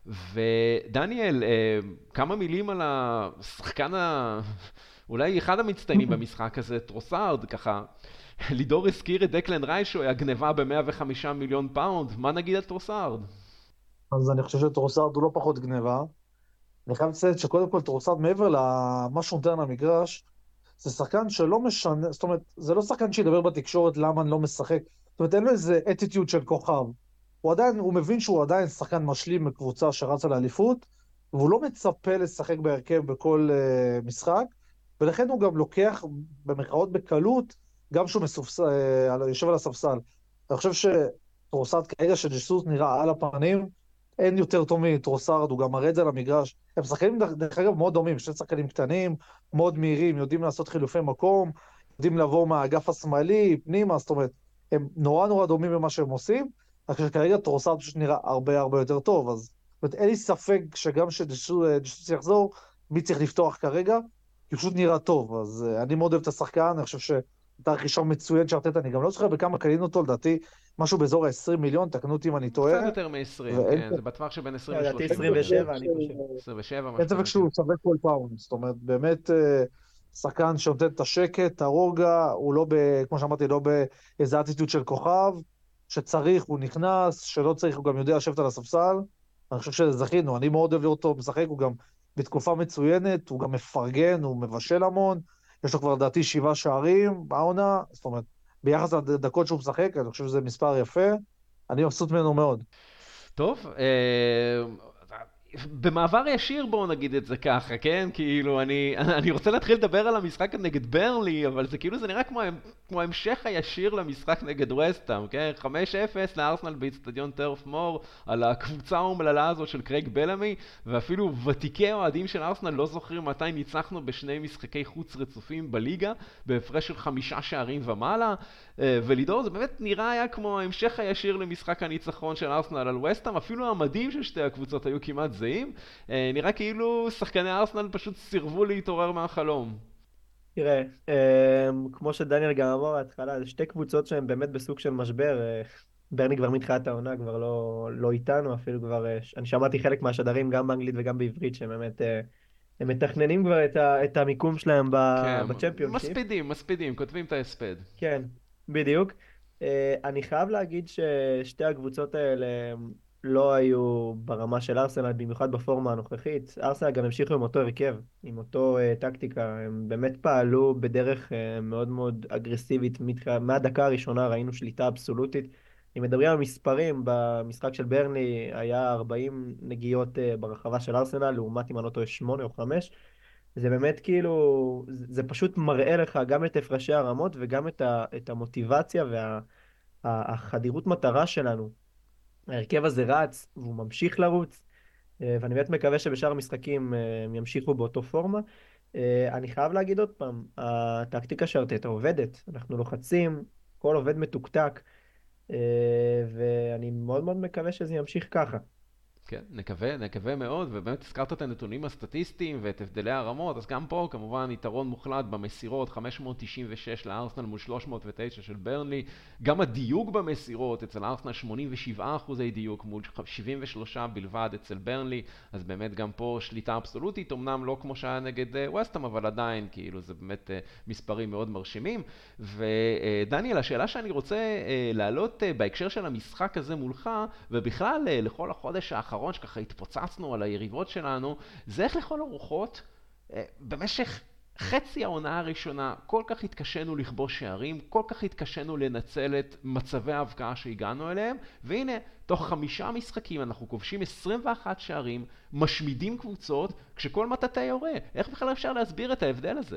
ודניאל, כמה מילים על השחקן, אולי אחד המצטיינים במשחק הזה, טרוסארד, ככה, לידור הזכיר את דקלן רייס, שהוא היה גניבה ב-105 מיליון פאונד, מה נגיד על טרוסארד? אז אני חושב שטרוסארד הוא לא פחות גניבה. אני חייב לציין שקודם כל טרוסארד מעבר למה שהוא נותן למגרש, זה שחקן שלא משנה, זאת אומרת, זה לא שחקן שידבר בתקשורת למה אני לא משחק. זאת אומרת, אין לו איזה אטיטיוד של כוכב. הוא מבין שהוא עדיין שחקן משלים מקבוצה שרצה לאליפות, והוא לא מצפה לשחק בהרכב בכל משחק, ולכן הוא גם לוקח במרכאות בקלות, גם שהוא יושב על הספסל. אני חושב שטרוסארד כרגע שג'סוס נראה על הפנים, אין יותר טוב מטרוסארד, הוא גם מראה את זה למגרש. הם שחקנים דרך אגב מאוד דומים, שני שחקנים קטנים, מאוד מהירים, יודעים לעשות חילופי מקום, יודעים לבוא מהאגף השמאלי, פנימה, זאת אומרת, הם נורא נורא דומים במה שהם עושים, רק שכרגע טרוסארד פשוט נראה הרבה הרבה יותר טוב, אז זאת אומרת, אין לי ספק שגם שג'סוס יחזור, מי צריך לפתוח כרגע, כי פשוט נראה טוב, אז אני מאוד אוהב את השחקן, אני חושב שהייתה רכישה מצוין שארטטה, אני גם לא זוכר בכמה קנינו אותו, לדעתי משהו באזור ה-20 מיליון, תקנו אותי אם אני טועה. קצת יותר מ-20, כן, זה בטווח שבין 20 ל-30. לדעתי 27, אני חושב. 27, אין ספק שהוא שווה כל פאונד, זאת אומרת, באמת שחקן שנותן את השקט, את הרוגע, הוא לא, כמו שאמרתי, לא באיזה אטיטוד של כוכב, שצריך, הוא נכנס, שלא צריך, הוא גם יודע לשבת על הספסל, אני חושב שזכינו, אני מאוד אוהב לראות אותו משחק, הוא גם בתקופה מצוינת, הוא גם מפרגן, הוא מבשל המון, יש לו כבר לדעתי 7 שערים בעונה, זאת אומרת, ביחס לדקות שהוא משחק, אני חושב שזה מספר יפה, אני מבסוט ממנו מאוד. טוב, במעבר ישיר בואו נגיד את זה ככה, כן? כאילו, אני רוצה להתחיל לדבר על המשחק נגד ברנלי, אבל זה כאילו זה נראה כמו המשך הישיר למשחק נגד וסטהאם, כן? 5-0 לארסנל באצטדיון טרף מור, על הקבוצה האומללה הזאת של קרייג בלמי, ואפילו ותיקי אוהדים של ארסנל לא זוכרים מתי ניצחנו בשני משחקי חוץ רצופים בליגה, בהפרש של 5 שערים ומעלה, ולידור זה באמת נראה היה כמו המשך הישיר למשחק הניצחון של ארסנל על וסטהאם, אפילו המדים של שתי הקבוצות היו כמעט זהים, נראה כאילו שחקני ארסנל פשוט סירבו להתעורר מהחלום. תראה, כמו שדניאל גם אמר בהתחלה, זה שתי קבוצות שהן באמת בסוג של משבר. ברני כבר מתחילת העונה, כבר לא איתנו, אפילו כבר, אני שמעתי חלק מהשדרים גם באנגלית וגם בעברית, שהם באמת, הם מתכננים כבר את המיקום שלהם בצ'מפיונשיפ. מספידים, כותבים את ההספד. כן, בדיוק. אני חייב להגיד ששתי הקבוצות האלה לא היו ברמה של ארסנל, במיוחד בפורמה הנוכחית. ארסנל גם המשיכו עם אותו הרכב, עם אותו טקטיקה. הם באמת פעלו בדרך מאוד מאוד אגרסיבית. מהדקה הראשונה ראינו שליטה אבסולוטית. אם מדברים על מספרים, במשחק של ברני היה 40 נגיעות ברחבה של ארסנל, לעומת אם אני לא טועה 8 או 5. זה באמת כאילו, זה פשוט מראה לך גם את הפרשי הרמות וגם את המוטיבציה והחדירות מטרה שלנו. ההרכב הזה רץ והוא ממשיך לרוץ, ואני באמת מקווה שבשאר המשחקים הם ימשיכו באותו פורמה. אני חייב להגיד עוד פעם, הטקטיקה של ארטטה עובדת, אנחנו לוחצים, כל עובד מתוקתק, ואני מאוד מאוד מקווה שזה ימשיך ככה. כן, נקווה מאוד, ובאמת הזכרת את הנתונים הסטטיסטיים ואת הבדלי הרמות, אז גם פה כמובן יתרון מוחלט במסירות, 596 לארסנל מול 309 של ברנלי, גם הדיוק במסירות, אצל ארסנל 87% דיוק מול 73 בלבד אצל ברנלי, אז באמת גם פה שליטה אבסולוטית, אמנם לא כמו שהיה נגד וסטהאם, אבל עדיין כאילו זה באמת מספרים מאוד מרשימים. ודניאל, השאלה שאני רוצה להעלות בהקשר של המשחק הזה מולך, ובכלל לכל החודש האחרון שככה התפוצצנו על היריבות שלנו, זה איך לכל הרוחות במשך חצי העונה הראשונה כל כך התקשנו לכבוש שערים, כל כך התקשנו לנצל את מצבי ההבקעה שהגענו אליהם, והנה תוך 5 משחקים אנחנו כובשים 21 שערים, משמידים קבוצות, כשכל מטאטא יורה. איך בכלל אפשר להסביר את ההבדל הזה?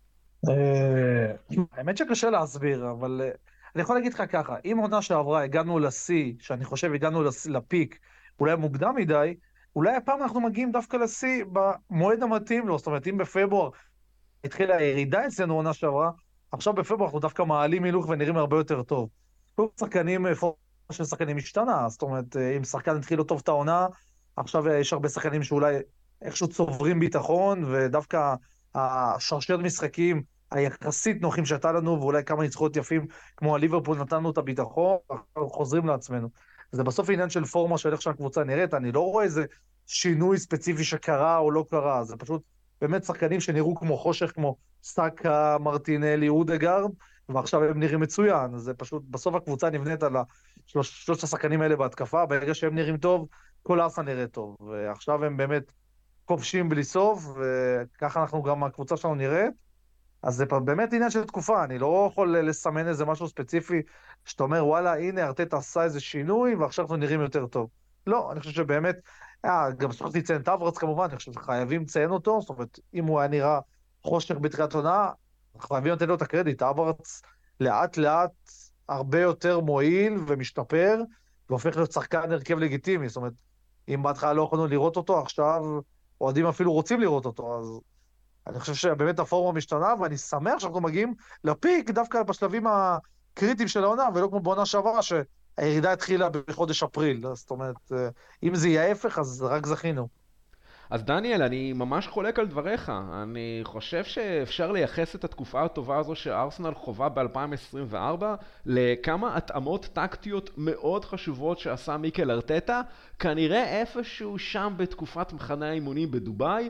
האמת שקשה להסביר, אבל אני יכול להגיד לך ככה, אם עונה שעברה הגענו לשיא, שאני חושב הגענו לפיק, אולי מוקדם מדי, אולי הפעם אנחנו מגיעים דווקא לשיא במועד המתאים לו, זאת אומרת, אם בפברואר התחילה הירידה אצלנו עונה שעברה, עכשיו בפברואר אנחנו דווקא מעלים הילוך ונראים הרבה יותר טוב. כל שחקנים, של שחקנים השתנה, זאת אומרת, אם שחקן התחיל לא טוב את העונה, עכשיו יש הרבה שחקנים שאולי איכשהו צוברים ביטחון, ודווקא השרשרת משחקים היחסית נוחים שהייתה לנו, ואולי כמה ניצחונות יפים, כמו הליברפול נתנו את הביטחון, אנחנו חוזרים לעצמנו. זה בסוף עניין של פורמה של איך שהקבוצה נראית, אני לא רואה איזה שינוי ספציפי שקרה או לא קרה, זה פשוט באמת שחקנים שנראו כמו חושך, כמו סאקה, מרטינלי, אודגרד, ועכשיו הם נראים מצוין, זה פשוט, בסוף הקבוצה נבנית על שלושת השחקנים האלה בהתקפה, ברגע שהם נראים טוב, כל ארסנל נראה טוב, ועכשיו הם באמת כובשים בלי סוף, וככה אנחנו גם, הקבוצה שלנו נראית, אז זה באמת עניין של תקופה, אני לא יכול לסמן איזה משהו ספציפי, שאתה אומר, וואלה, הנה, ארטטה עשה איזה שינוי, ועכשיו אנחנו נראים יותר טוב. לא, אני חושב שבאמת, גם שכחתי לציין את אברץ כמובן, אני חושב שחייבים לציין אותו, זאת אומרת, אם הוא היה נראה חושך בתחילת עונה, אנחנו חייבים לתת לו את הקרדיט, אברץ לאט לאט הרבה יותר מועיל ומשתפר, והופך להיות שחקן הרכב לגיטימי, זאת אומרת, אם בהתחלה לא יכולנו לראות אותו, עכשיו אוהדים אפילו רוצים לראות אותו, אז אני חושב שבאמת הפורמה משתנה, ואני שמח שאנחנו מגיעים לפיק דווקא בשלבים הקריטיים של העונה, ולא כמו בעונה שעברה, שהירידה התחילה בחודש אפריל. זאת אומרת, אם זה יהיה ההפך, אז רק זכינו. אז דניאל, אני ממש חולק על דבריך. אני חושב שאפשר לייחס את התקופה הטובה הזו שארסנל חובה ב-2024 לכמה התאמות טקטיות מאוד חשובות שעשה מיקל ארטטה, כנראה איפשהו שם בתקופת מחנה האימונים בדובאי,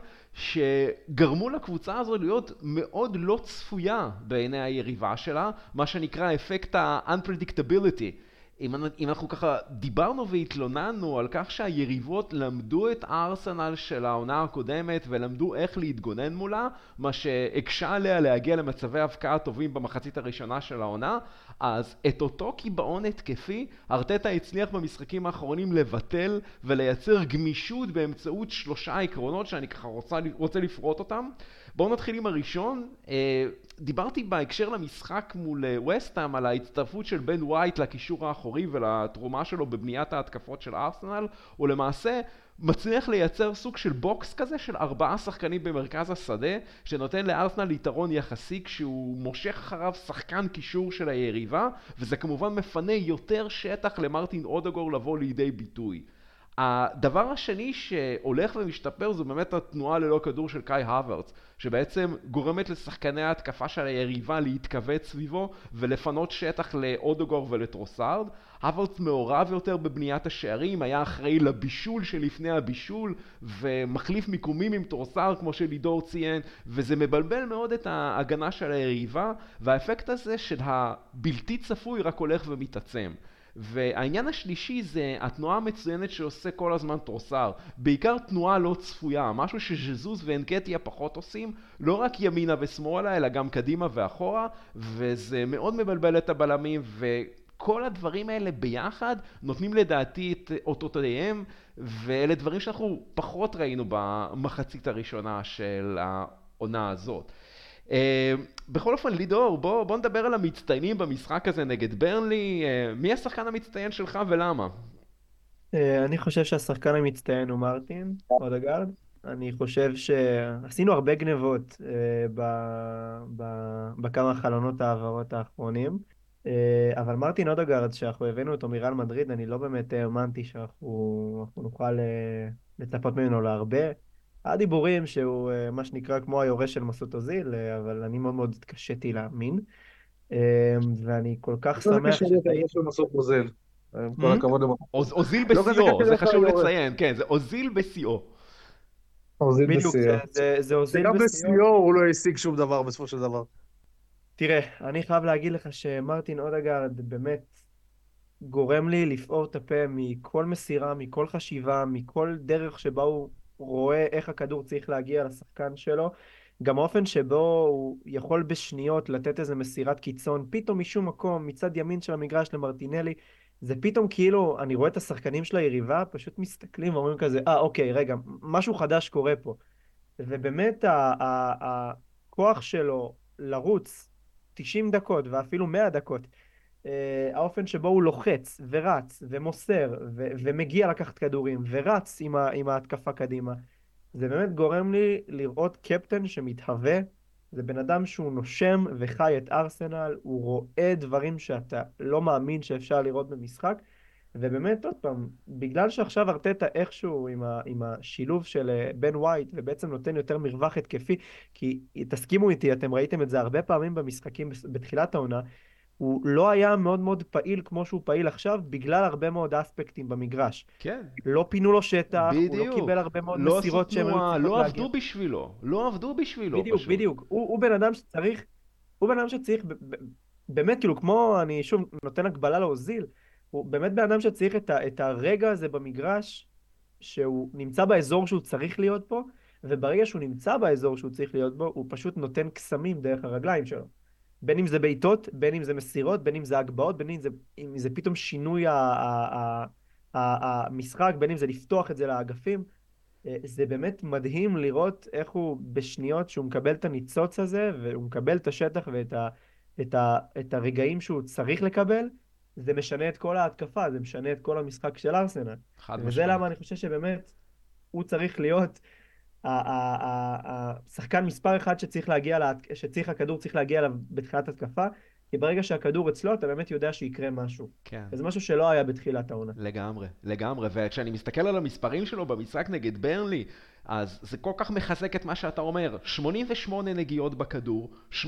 שגרמו לקבוצה הזו להיות מאוד לא צפויה בעיני היריבה שלה, מה שנקרא אפקט ה-unpredictability. אם אנחנו ככה דיברנו והתלוננו על כך שהיריבות למדו את הארסנל של העונה הקודמת ולמדו איך להתגונן מולה, מה שהקשה עליה להגיע למצבי הבקעה טובים במחצית הראשונה של העונה, אז את אותו קיבעון התקפי, ארטטה הצליח במשחקים האחרונים לבטל ולייצר גמישות באמצעות 3 עקרונות שאני ככה רוצה לפרוט אותם. בואו נתחיל עם הראשון. דיברתי בהקשר למשחק מול וסטהאם על ההצטרפות של בן ווייט לקישור האחורי ולתרומה שלו בבניית ההתקפות של ארסנל, הוא למעשה מצליח לייצר סוג של בוקס כזה של 4 שחקנים במרכז השדה, שנותן לארסנל יתרון יחסי כשהוא מושך אחריו שחקן קישור של היריבה, וזה כמובן מפנה יותר שטח למרטין אודגור לבוא לידי ביטוי. הדבר השני שהולך ומשתפר זו באמת התנועה ללא כדור של קאי הוורץ, שבעצם גורמת לשחקני ההתקפה של היריבה להתכווץ סביבו ולפנות שטח לאודוגור ולטרוסארד. הוורץ מעורב יותר בבניית השערים, היה אחראי לבישול שלפני הבישול ומחליף מיקומים עם טרוסארד כמו שלידור ציין, וזה מבלבל מאוד את ההגנה של היריבה, והאפקט הזה של הבלתי צפוי רק הולך ומתעצם. והעניין השלישי זה התנועה המצוינת שעושה כל הזמן טרוסארד, בעיקר תנועה לא צפויה, משהו שז'זוס ואנקטיה פחות עושים, לא רק ימינה ושמאלה אלא גם קדימה ואחורה, וזה מאוד מבלבל את הבלמים, וכל הדברים האלה ביחד נותנים לדעתי את אותותיהם, ואלה דברים שאנחנו פחות ראינו במחצית הראשונה של העונה הזאת. בכל אופן, לידור, בוא נדבר על המצטיינים במשחק הזה נגד ברנלי. מי השחקן המצטיין שלך ולמה? אני חושב שהשחקן המצטיין הוא מרטין אודגרד. אני חושב שעשינו הרבה גנבות בכמה חלונות העברות האחרונים, אבל מרטין אודגרד, שאנחנו הבאנו אותו מריאל מדריד, אני לא באמת האמנתי שאנחנו נוכל לצפות ממנו להרבה. הדיבורים שהוא מה שנקרא כמו היורש של מסות אוזיל, אבל אני מאוד מאוד התקשיתי להאמין, ואני כל כך זה שמח קשה להיות היורש של מסות אוזיל. עם כל הכבוד אוזיל בשיאו, זה חשוב לציין, כן, זה אוזיל בשיאו. אוזיל בדיוק, בשיאו. זה אוזיל גם בשיאו. בשיאו הוא לא השיג שום דבר בסופו של דבר. תראה, אני חייב להגיד לך שמרטין אודגרד באמת גורם לי לפעור את הפה מכל מסירה, מכל חשיבה, מכל דרך שבה הוא רואה איך הכדור צריך להגיע לשחקן שלו. גם האופן שבו הוא יכול בשניות לתת איזה מסירת קיצון, פתאום משום מקום, מצד ימין של המגרש למרטינלי, זה פתאום כאילו, אני רואה את השחקנים של היריבה, פשוט מסתכלים ואומרים כזה, אוקיי, רגע, משהו חדש קורה פה. ובאמת הכוח שלו לרוץ 90 דקות ואפילו 100 דקות, האופן שבו הוא לוחץ ורץ ומוסר ומגיע לקחת כדורים ורץ עם ההתקפה קדימה, זה באמת גורם לי לראות קפטן שמתהווה. זה בן אדם שהוא נושם וחי את ארסנל, הוא רואה דברים שאתה לא מאמין שאפשר לראות במשחק, ובאמת עוד פעם, בגלל שעכשיו ארטטה איכשהו עם השילוב של בן ווייט, ובעצם נותן יותר מרווח התקפי, כי תסכימו איתי, אתם ראיתם את זה הרבה פעמים במשחקים בתחילת העונה, הוא לא היה מאוד מאוד פעיל כמו שהוא פעיל עכשיו, בגלל הרבה מאוד אספקטים במגרש. כן, לא פינו לו שטח, הוא לא קיבל בדיוק. הרבה מאוד לא עשו מסירות שהן היו תנועה, צריכות לא להגיע. עבדו בשבילו. לא עבדו בשבילו בדיוק, פשוט. בדיוק. הוא בן אדם שצריך, הוא בן אדם שצריך, באמת, כאילו, כמו, אני שוב נותן הקבלה לאוזיל, הוא באמת בן אדם שצריך את הרגע הזה במגרש, שהוא נמצא באזור שהוא צריך להיות פה, וברגע שהוא נמצא באזור שהוא צריך להיות בו, הוא פשוט נותן קסמים דרך הרגליים שלו. בין אם זה בעיטות, בין אם זה מסירות, בין אם זה הגבהות, בין אם זה פתאום שינוי המשחק, בין אם זה לפתוח את זה לאגפים. זה באמת מדהים לראות איך הוא בשניות שהוא מקבל את הניצוץ הזה, והוא מקבל את השטח את הרגעים שהוא צריך לקבל, זה משנה את כל ההתקפה, זה משנה את כל המשחק של ארסנל. חד וזה משמעית. למה אני חושב שבאמת הוא צריך להיות השחקן מספר אחד שצריך להגיע, הכדור צריך להגיע אליו בתחילת התקפה, כי ברגע שהכדור אצלו אתה באמת יודע שיקרה משהו. כן. וזה משהו שלא היה בתחילת העונה. לגמרי, לגמרי, וכשאני מסתכל על המספרים שלו במשחק נגד ברנלי, אז זה כל כך מחזק את מה שאתה אומר. 88 נגיעות בכדור, 85%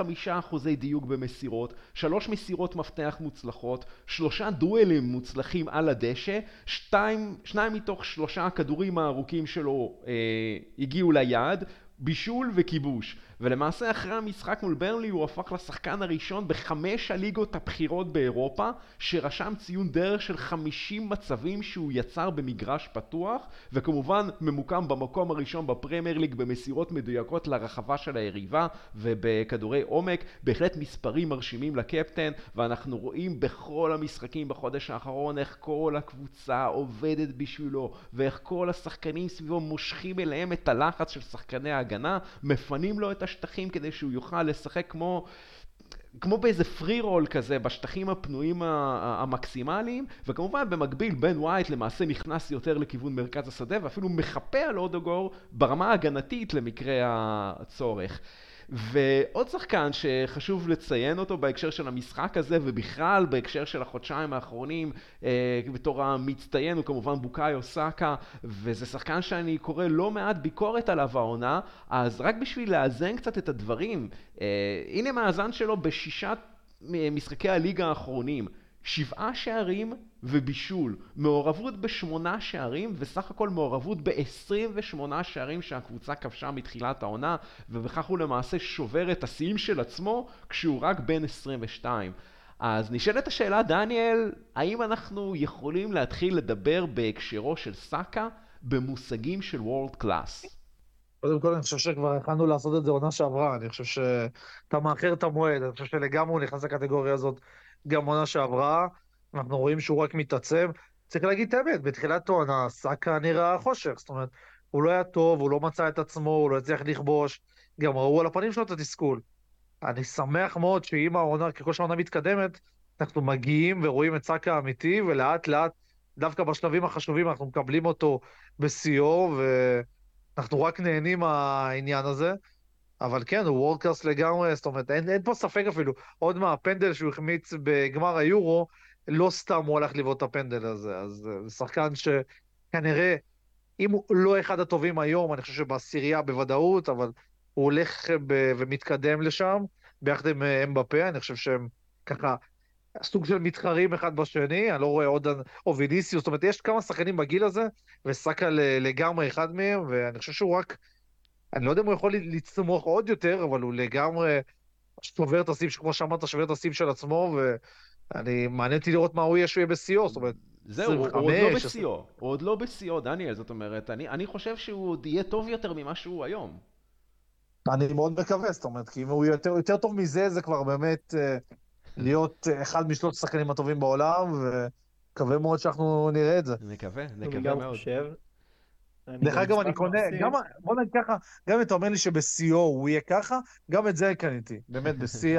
דיוק במסירות, 3 מסירות מפתח מוצלחות, 3 דואלים מוצלחים על הדשא, 2 מתוך 3 הכדורים הארוכים שלו הגיעו ליעד, בישול וכיבוש. ולמעשה אחרי המשחק מול ברנלי הוא הפך לשחקן הראשון ב5 הליגות הבכירות באירופה שרשם ציון דרך של 50 מצבים שהוא יצר במגרש פתוח, וכמובן ממוקם במקום הראשון בפרמייר ליג במסירות מדויקות לרחבה של היריבה ובכדורי עומק. בהחלט מספרים מרשימים לקפטן, ואנחנו רואים בכל המשחקים בחודש האחרון איך כל הקבוצה עובדת בשבילו, ואיך כל השחקנים סביבו מושכים אליהם את הלחץ של שחקני ההגנה, מפנים לו את השטחים כדי שהוא יוכל לשחק כמו באיזה פרי רול כזה בשטחים הפנויים המקסימליים, וכמובן במקביל בן ווייט למעשה נכנס יותר לכיוון מרכז השדה ואפילו מחפה על אודוגור ברמה ההגנתית למקרה הצורך. ועוד שחקן שחשוב לציין אותו בהקשר של המשחק הזה ובכלל בהקשר של החודשיים האחרונים בתור המצטיין הוא כמובן בוקאיו סאקה, וזה שחקן שאני קורא לא מעט ביקורת עליו העונה, אז רק בשביל לאזן קצת את הדברים, הנה מאזן שלו בשישת משחקי הליגה האחרונים: 7 שערים ובישול, מעורבות ב8 שערים, וסך הכל מעורבות ב28 שערים שהקבוצה כבשה מתחילת העונה, ובכך הוא למעשה שובר את השיאים של עצמו כשהוא רק בן 22. אז נשאלת השאלה, דניאל, האם אנחנו יכולים להתחיל לדבר בהקשרו של סאקה במושגים של וורד קלאס? קודם כל, אני חושב שכבר יכלנו לעשות את זה עונה שעברה, אני חושב שאתה מאחר את המועד, אני חושב שלגמרי הוא נכנס לקטגוריה הזאת גם עונה שעברה, אנחנו רואים שהוא רק מתעצב. צריך להגיד את האמת, בתחילת העונה, סאקה נראה חושך, זאת אומרת, הוא לא היה טוב, הוא לא מצא את עצמו, הוא לא הצליח לכבוש, גם ראו על הפנים שלו את התסכול. אני שמח מאוד שעם העונה, ככל שהעונה מתקדמת, אנחנו מגיעים ורואים את סאקה האמיתי, ולאט לאט, דווקא בשלבים החשובים, אנחנו מקבלים אותו בשיאו, אנחנו רק נהנים מהעניין הזה, אבל כן, הוא וורדקאסט לגמרי, זאת אומרת, אין פה ספק אפילו, עוד מהפנדל שהוא החמיץ בגמר היורו, לא סתם הוא הלך לבעוט את הפנדל הזה, אז זה שחקן שכנראה, אם הוא לא אחד הטובים היום, אני חושב שבעשירייה בוודאות, אבל הוא הולך ומתקדם לשם, ביחד עם אמבפה, אני חושב שהם ככה, סוג של מתחרים אחד בשני, אני לא רואה עוד, או ויניסיוס, זאת אומרת, יש כמה שחקנים בגיל הזה, וסאקה לגמרי אחד מהם, ואני חושב שהוא רק, אני לא יודע אם הוא יכול לצמוח עוד יותר, אבל הוא לגמרי שובר את השיאים, כמו שאמרת, שובר את השיאים של עצמו, ואני, מעניין אותי לראות מה הוא יהיה שהוא יהיה בשיאו, זאת אומרת, זהו, הוא עוד לא בשיאו, הוא עוד לא בשיאו, דניאל, זאת אומרת, אני חושב שהוא עוד יהיה טוב יותר ממה שהוא היום. אני מאוד מקווה, זאת אומרת, כי אם הוא יותר טוב מזה, זה כבר באמת להיות אחד משלושת השחקנים הטובים בעולם, ומקווה מאוד שאנחנו נראה את זה. נקווה אני מאוד. גם חושב. דרך אגב, אני קונה, בוא נגיד ככה, גם אם אתה אומר לי שבשיאו הוא יהיה ככה, גם את זה קניתי, באמת, בשיא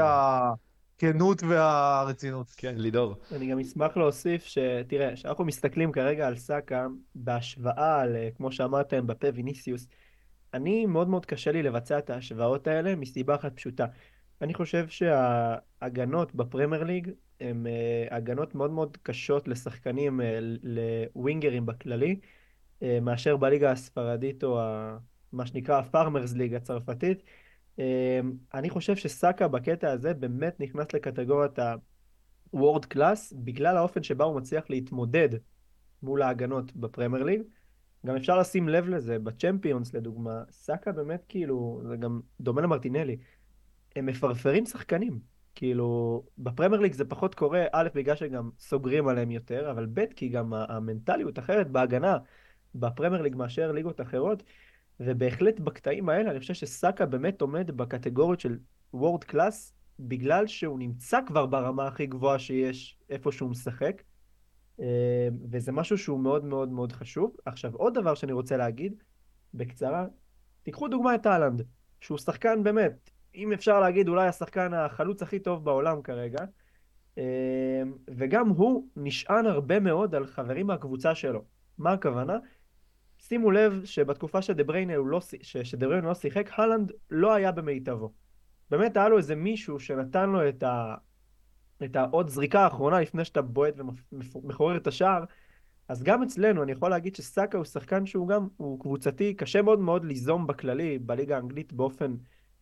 הכנות והרצינות. כן, לידור. אני גם אשמח להוסיף שתראה, שאנחנו מסתכלים כרגע על סאקה בהשוואה כמו שאמרתם אמבפה ויניסיוס, אני מאוד מאוד קשה לי לבצע את ההשוואות האלה מסיבה אחת פשוטה. אני חושב שההגנות בפרמייר ליג הן הגנות מאוד מאוד קשות לשחקנים, לווינגרים בכללי, מאשר בליגה הספרדית או מה שנקרא הפארמרס ליג הצרפתית. אני חושב שסאקה בקטע הזה באמת נכנס לקטגוריית ה-World Class, בגלל האופן שבה הוא מצליח להתמודד מול ההגנות בפרמייר ליג. גם אפשר לשים לב לזה, בצ'מפיונס לדוגמה, סאקה באמת כאילו, זה גם דומה למרטינלי, הם מפרפרים שחקנים. כאילו, בפרמייר ליג זה פחות קורה, א', בגלל שגם סוגרים עליהם יותר, אבל ב', כי גם המנטליות אחרת בהגנה בפרמייר ליג מאשר ליגות אחרות, ובהחלט בקטעים האלה אני חושב שסאקה באמת עומד בקטגוריות של וורד קלאס, בגלל שהוא נמצא כבר ברמה הכי גבוהה שיש איפה שהוא משחק, וזה משהו שהוא מאוד מאוד מאוד חשוב. עכשיו, עוד דבר שאני רוצה להגיד, בקצרה, תיקחו דוגמא את הלנד, שהוא שחקן באמת, אם אפשר להגיד, אולי השחקן החלוץ הכי טוב בעולם כרגע, וגם הוא נשען הרבה מאוד על חברים מהקבוצה שלו. מה הכוונה? שימו לב שבתקופה שדבריינה לא שיחק, הלנד לא היה במיטבו. באמת היה לו איזה מישהו שנתן לו את העוד זריקה האחרונה לפני שאתה בועט ומחורר את השער. אז גם אצלנו אני יכול להגיד שסאקה הוא שחקן שהוא גם, הוא קבוצתי, קשה מאוד מאוד ליזום בכללי, בליגה האנגלית באופן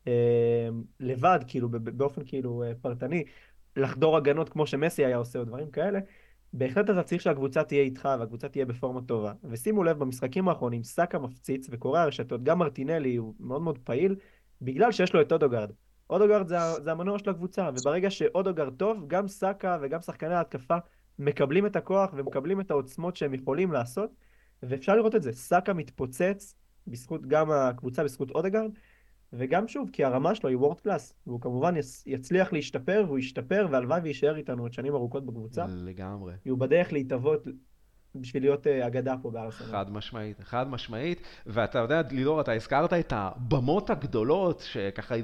לבד, כאילו באופן כאילו פרטני, לחדור הגנות כמו שמסי היה עושה או דברים כאלה. בהחלט אתה צריך שהקבוצה תהיה איתך והקבוצה תהיה בפורמה טובה. ושימו לב, במשחקים האחרונים סאקה מפציץ וקורא הרשתות, גם מרטינלי הוא מאוד מאוד פעיל, בגלל שיש לו את אודוגרד. אודוגרד זה המנוע של הקבוצה, וברגע שאודוגרד טוב, גם סאקה וגם שחקני ההתקפה מקבלים את הכוח ומקבלים את העוצמות שהם יכולים לעשות, ואפשר לראות את זה. סאקה מתפוצץ בזכות גם הקבוצה, בזכות אודוגרד, וגם שוב, כי הרמה שלו היא וורד קלאס, והוא כמובן יצליח להשתפר, והוא ישתפר, והלוואי ויישאר איתנו עוד שנים ארוכות בקבוצה. לגמרי. הוא בדרך להתאבות בשביל להיות אגדה פה בארסנל. חד משמעית, חד משמעית. ואתה יודע, לידור, אתה הזכרת את הבמות הגדולות, שככה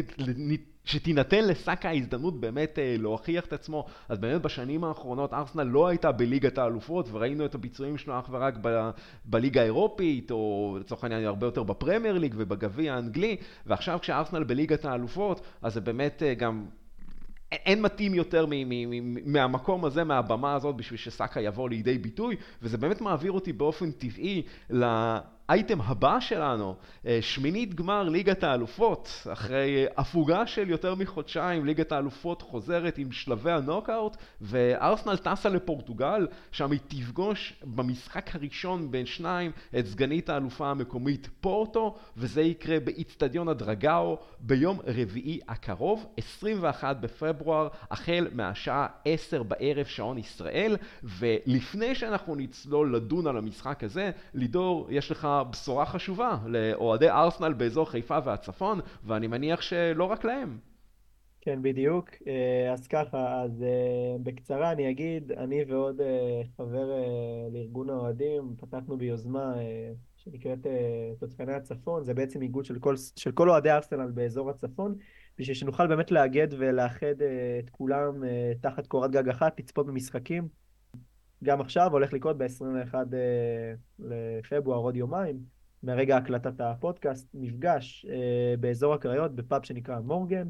שתינתן לסאקה ההזדמנות באמת להוכיח את עצמו. אז באמת בשנים האחרונות ארסנל לא הייתה בליגת האלופות, וראינו את הביצועים שלו אך ורק בליגה האירופית, או לצורך העניין הרבה יותר בפרמייר ליג ובגביע האנגלי, ועכשיו כשארסנל בליגת האלופות, אז זה באמת גם אין מתאים יותר מהמקום הזה, מהבמה הזאת, בשביל שסאקה יבוא לידי ביטוי, וזה באמת מעביר אותי באופן טבעי לאייטם הבא שלנו, שמינית גמר ליגת האלופות. אחרי הפוגה של יותר מחודשיים, ליגת האלופות חוזרת עם שלבי הנוקאוט, וארסנל טסה לפורטוגל, שם היא תפגוש במשחק הראשון בין שניים את סגנית האלופה המקומית פורטו, וזה יקרה באצטדיון הדרגאו ביום רביעי הקרוב, 21 בפברואר, החל מהשעה 10 בערב שעון ישראל. ולפני שאנחנו נצלול לדון על המשחק הזה, לידור, יש לך בשורה חשובה לאוהדי ארסנל באזור חיפה והצפון, ואני מניח שלא רק להם. כן, בדיוק. אז ככה, אז בקצרה אני אגיד, אני ועוד חבר לארגון האוהדים, פתחנו ביוזמה שנקראת תותחני הצפון. זה בעצם איגוד של כל אוהדי ארסנל באזור הצפון, בשביל שנוכל באמת לאגד ולאחד את כולם תחת קורת גג אחת, לצפות במשחקים. גם עכשיו הולך לקרות ב-21 לפברואר, עוד יומיים, מרגע הקלטת הפודקאסט, מפגש באזור הקריות, בפאב שנקרא מורגן.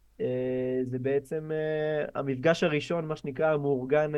זה בעצם המפגש הראשון, מה שנקרא, המאורגן,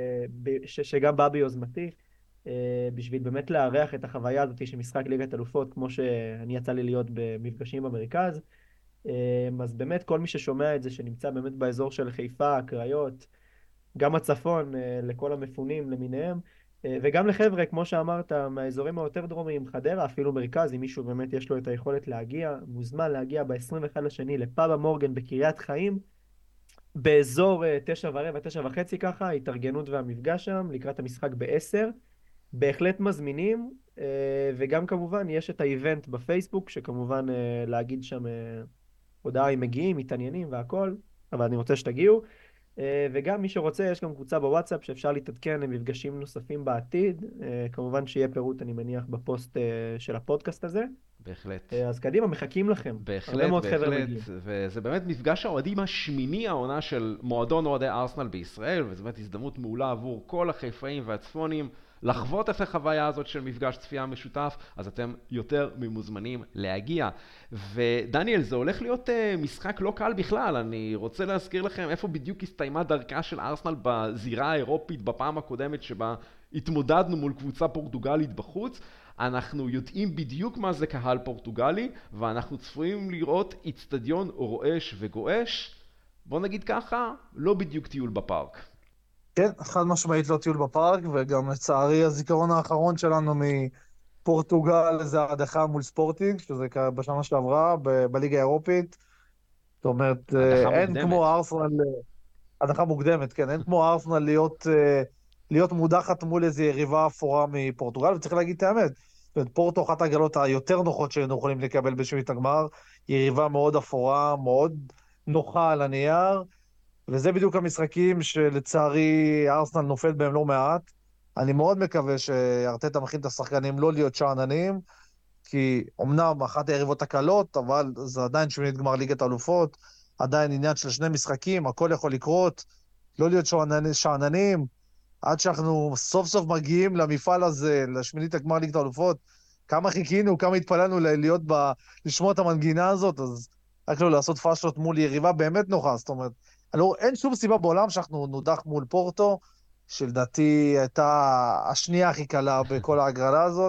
שגם בא ביוזמתי, בשביל באמת לארח את החוויה הזאת של משחק ליגת אלופות, כמו שאני יצא לי להיות במפגשים במרכז. אז באמת כל מי ששומע את זה, שנמצא באמת באזור של חיפה, הקריות, גם הצפון, לכל המפונים למיניהם, וגם לחבר'ה, כמו שאמרת, מהאזורים היותר דרומיים, חדרה, אפילו מרכז, אם מישהו באמת יש לו את היכולת להגיע, מוזמן להגיע ב-21 לשני לפאב המורגן בקריית חיים, באזור 9:15, 9:30 ככה, התארגנות והמפגש שם, לקראת המשחק ב-10, בהחלט מזמינים, וגם כמובן יש את האיבנט בפייסבוק, שכמובן להגיד שם הודעה אם מגיעים, מתעניינים והכל, אבל אני רוצה שתגיעו. וגם מי שרוצה, יש גם קבוצה בוואטסאפ שאפשר להתעדכן למפגשים נוספים בעתיד. כמובן שיהיה פירוט, אני מניח, בפוסט של הפודקאסט הזה. בהחלט. אז קדימה, מחכים לכם. בהחלט, בהחלט. וזה באמת מפגש האוהדים השמיני העונה של מועדון אוהדי ארסנל בישראל, וזו באמת הזדמנות מעולה עבור כל החיפאים והצפונים לחוות את החוויה הזאת של מפגש צפייה משותף, אז אתם יותר ממוזמנים להגיע. ודניאל, זה הולך להיות משחק לא קל בכלל. אני רוצה להזכיר לכם איפה בדיוק הסתיימה דרכה של ארסנל בזירה האירופית בפעם הקודמת שבה התמודדנו מול קבוצה פורטוגלית בחוץ, אנחנו יודעים בדיוק מה זה קהל פורטוגלי, ואנחנו צפויים לראות אצטדיון רועש וגועש. בוא נגיד ככה, לא בדיוק טיול בפארק. כן, חד משמעית לא טיול בפארק, וגם לצערי הזיכרון האחרון שלנו מפורטוגל זה הדחה מול ספורטינג, שזה בשנה שעברה בליגה האירופית. זאת אומרת, הדחה אין מוקדמת. כמו ארסנל, הדחה מוקדמת, כן, אין כמו ארסנל להיות מודחת מול איזו יריבה אפורה מפורטוגל, וצריך להגיד את האמת. זאת אומרת, פורטו אחת ההגרלות היותר נוחות שהיינו יכולים לקבל בשמית הגמר, יריבה מאוד אפורה, מאוד נוחה על הנייר, וזה בדיוק המשחקים שלצערי ארסנל נופל בהם לא מעט. אני מאוד מקווה שארטטה מכין את השחקנים לא להיות שאננים, כי אמנם אחת היריבות הקלות, אבל זה עדיין שמינית גמר ליגת האלופות, עדיין עניין של שני משחקים, הכל יכול לקרות, לא להיות שאננים, עד שאנחנו סוף סוף מגיעים למפעל הזה, לשמינית הגמר ליגת האלופות, כמה חיכינו, כמה התפללנו לשמוע את המנגינה הזאת, אז רק לא לעשות פאשלות מול יריבה באמת נוחה, זאת אומרת, אין שום סיבה בעולם שאנחנו נודח מול פורטו, שלדעתי הייתה השנייה הכי קלה בכל ההגרלה הזאת,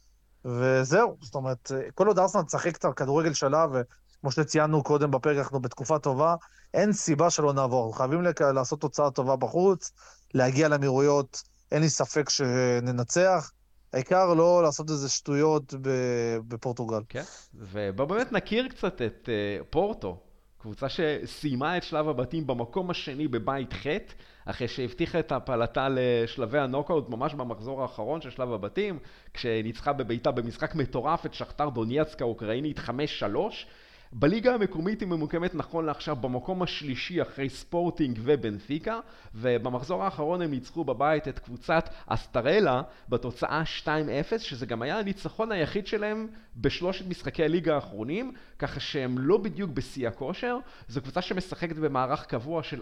וזהו, זאת אומרת, כל עוד ארסנל תשחק את הכדורגל שלה, וכמו שציינו קודם בפרק, אנחנו בתקופה טובה, אין סיבה שלא נעבור. חייבים לעשות תוצאה טובה בחוץ, להגיע לאמירויות, אין לי ספק שננצח. העיקר לא לעשות איזה שטויות בפורטוגל. כן, ובוא באמת נכיר קצת את פורטו, קבוצה שסיימה את שלב הבתים במקום השני בבית ח', אחרי שהבטיחה את הפעלתה לשלבי הנוקאוט ממש במחזור האחרון של שלב הבתים, כשניצחה בביתה במשחק מטורף את שכתר דונייצק האוקראינית 5-3. בליגה המקומית היא ממוקמת נכון לעכשיו במקום השלישי אחרי ספורטינג ובנפיקה, ובמחזור האחרון הם ניצחו בבית את קבוצת אסטרלה בתוצאה 2-0, שזה גם היה הניצחון היחיד שלהם בשלושת משחקי הליגה האחרונים, ככה שהם לא בדיוק בשיא הכושר. זו קבוצה שמשחקת במערך קבוע של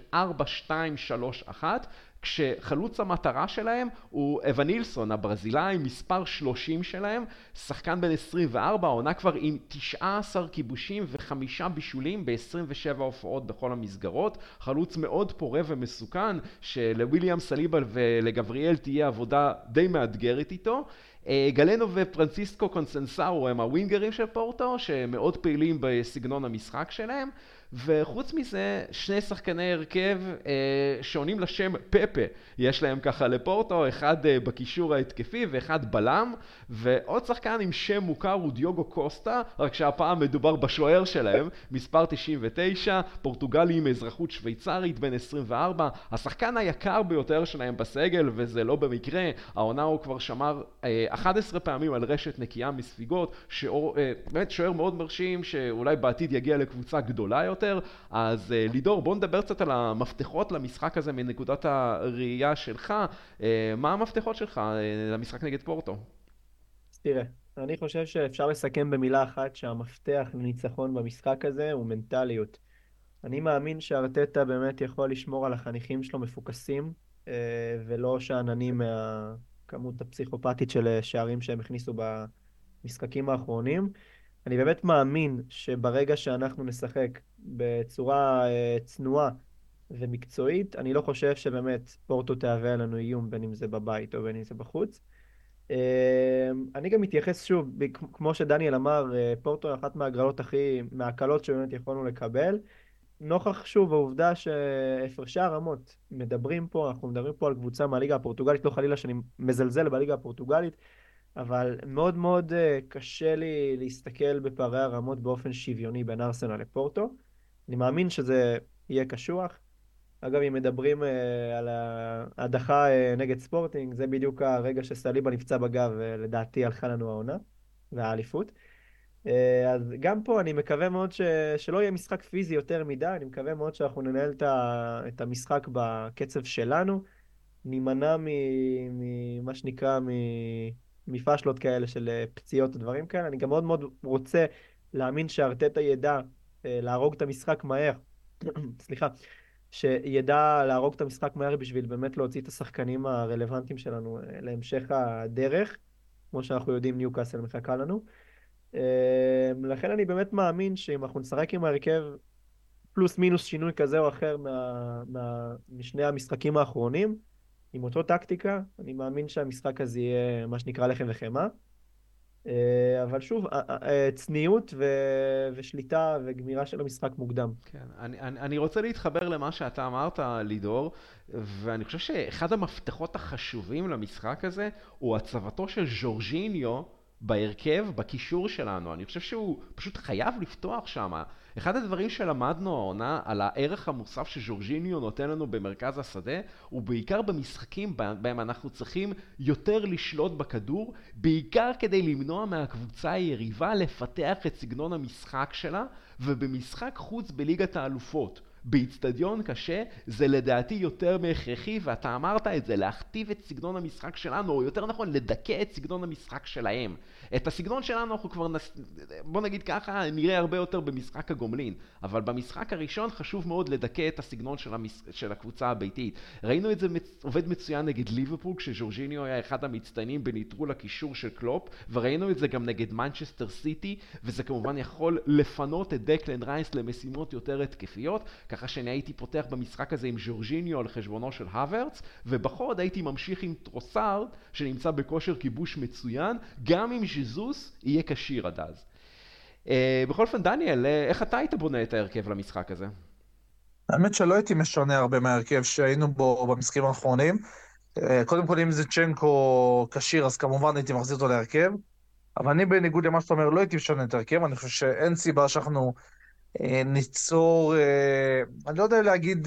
4-2-3-1, כשחלוץ המטרה שלהם הוא אבן נילסון, הברזילאי, מספר 30 שלהם, שחקן בן 24, העונה כבר עם 19 כיבושים ו5 בישולים ב-27 הופעות בכל המסגרות, חלוץ מאוד פורה ומסוכן, שלוויליאם סליבה ולגבריאל תהיה עבודה די מאתגרת איתו. גלנו ופרנסיסקו קונסנסאו הם הווינגרים של פורטו, שמאוד פעילים בסגנון המשחק שלהם, וחוץ מזה, שני שחקני הרכב שעונים לשם פפה. יש להם ככה לפורטו, אחד בקישור ההתקפי ואחד בלם, ועוד שחקן עם שם מוכר הוא דיוגו קוסטה, רק שהפעם מדובר בשוער שלהם, מספר 99, פורטוגלי עם אזרחות שוויצרית, בן 24, השחקן היקר ביותר שלהם בסגל, וזה לא במקרה, העונה הוא כבר שמר 11 פעמים על רשת נקייה מספיגות, באמת שוער מאוד מרשים, שאולי בעתיד יגיע לקבוצה גדולה יותר. אז לידור, בוא נדבר קצת על המפתחות למשחק הזה מנקודת הראייה שלך. מה המפתחות שלך למשחק נגד פורטו? תראה, אני חושב שאפשר לסכם במילה אחת שהמפתח לניצחון במשחק הזה הוא מנטליות. אני מאמין שארטטה באמת יכול לשמור על החניכים שלו מפוקסים, ולא שאננים מהכמות הפסיכופתית של שערים שהם הכניסו במשחקים האחרונים. אני באמת מאמין שברגע שאנחנו נשחק בצורה צנועה ומקצועית, אני לא חושב שבאמת פורטו תהווה לנו איום, בין אם זה בבית או בין אם זה בחוץ. אני גם מתייחס שוב, כמו שדניאל אמר, פורטו אחת מההגרלות מהקלות שבאמת יכולנו לקבל. נוכח שוב העובדה שהפרשי הרמות אנחנו מדברים פה על קבוצה מהליגה הפורטוגלית, לא חלילה שאני מזלזל בליגה הפורטוגלית, אבל מאוד מאוד קשה לי להסתכל בפערי הרמות באופן שוויוני בין ארסנל לפורטו. אני מאמין שזה יהיה קשוח. אגב, אם מדברים על ההדחה נגד ספורטינג, זה בדיוק הרגע שסליבה נפצע בגב, לדעתי הלכה לנו העונה והאליפות. אז גם פה אני מקווה מאוד שלא יהיה משחק פיזי יותר מדי, אני מקווה מאוד שאנחנו ננהל את המשחק בקצב שלנו, נימנע ממה שנקרא מפשלות כאלה של פציעות ודברים כאלה. אני גם מאוד מאוד רוצה להאמין שארטטה ידע להרוג את המשחק מהר, סליחה, שידע להרוג את המשחק מהר בשביל באמת להוציא את השחקנים הרלוונטיים שלנו להמשך הדרך, כמו שאנחנו יודעים ניוקאסל מחכה לנו. לכן אני באמת מאמין שאם אנחנו נשחק עם הרכב פלוס מינוס שינוי כזה או אחר משני המשחקים האחרונים, עם אותו טקטיקה, אני מאמין שהמשחק הזה יהיה מה שנקרא לחם וחמאה. אבל שוב, צניעות ושליטה וגמירה של המשחק מוקדם. כן, אני רוצה להתחבר למה שאתה אמרת, לידור, ואני חושב שאחד המפתחות החשובים למשחק הזה הוא הצבתו של ז'ורג'יניו בהרכב, בקישור שלנו. אני חושב שהוא פשוט חייב לפתוח שם. אחד הדברים שלמדנו העונה על הערך המוסף שז'ורג'יניו נותן לנו במרכז השדה, הוא בעיקר במשחקים בהם אנחנו צריכים יותר לשלוט בכדור, בעיקר כדי למנוע מהקבוצה היריבה לפתח את סגנון המשחק שלה, ובמשחק חוץ בליגת האלופות. באצטדיון קשה זה לדעתי יותר מהכרחי, ואתה אמרת את זה, להכתיב את סגנון המשחק שלנו, או יותר נכון לדכא את סגנון המשחק שלהם. את הסגנון שלנו אנחנו כבר בוא נגיד ככה, נראה הרבה יותר במשחק הגומלין, אבל במשחק הראשון חשוב מאוד לדכא את הסגנון של הקבוצה הביתית. ראינו את זה עובד מצוין נגד ליברפול, כשז'ורג'יניו היה אחד המצטיינים בניטרול הקישור של קלופ, וראינו את זה גם נגד מנצ'סטר סיטי, וזה כמובן יכול לפנות את דקלן רייס למשימות יותר התקפיות, ככה שאני הייתי פותח במשחק הזה עם ז'ורג'יניו על חשבונו של הוורץ, ובחוד הייתי ממשיך עם טרוסארד, שנמצא בכושר כיבוש מצוין, גם אם ז'זוס יהיה כשיר עד אז. בכל אופן, דניאל, איך אתה היית בונה את ההרכב למשחק הזה? האמת שלא הייתי משנה הרבה מההרכב שהיינו בו במשחקים האחרונים. קודם כל, אם זה צ'נקו כשיר, אז כמובן הייתי מחזיר אותו להרכב. אבל אני בניגוד למה שאתה אומר, לא הייתי משנה את ההרכב. אני חושב שאין סיבה שאנחנו ניצור, אני לא יודע להגיד,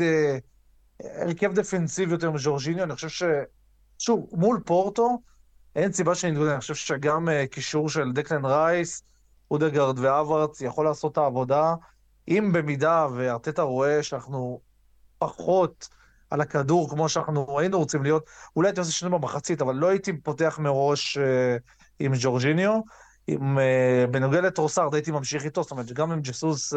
הרכב דפנסיבי יותר מז'ורג'יניו. אני חושב שוב, מול פורטו, אין סיבה שנתגונן. אני חושב שגם קישור של דקלן רייס, אודגרד והוורץ יכול לעשות את העבודה. אם במידה וארטטה רואה שאנחנו פחות על הכדור כמו שאנחנו היינו רוצים להיות, אולי הייתי עושה שינוי במחצית, אבל לא הייתי פותח מראש עם ז'ורג'יניו. בנוגע לטרוסארד הייתי ממשיך איתו, זאת אומרת שגם אם ג'סוס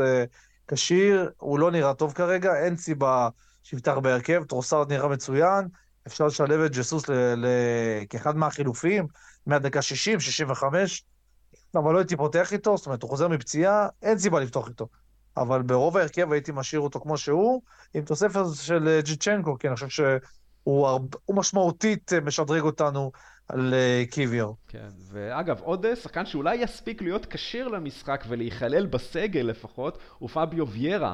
כשיר, הוא לא נראה טוב כרגע, אין סיבה שיפתח בהרכב, טרוסארד נראה מצוין, אפשר לשלב את ג'סוס כאחד מהחילופים, מהדקה 60, 65, אבל לא הייתי פותח איתו, זאת אומרת הוא חוזר מפציעה, אין סיבה לפתוח איתו. אבל ברוב ההרכב הייתי משאיר אותו כמו שהוא, עם תוספת של ג'יצ'נקו, כי אני חושב שהוא משמעותית משדרג אותנו על קיוויור. כן, ואגב, עוד שחקן שאולי יספיק להיות כשיר למשחק ולהיכלל בסגל לפחות, הוא פאביו ויירה,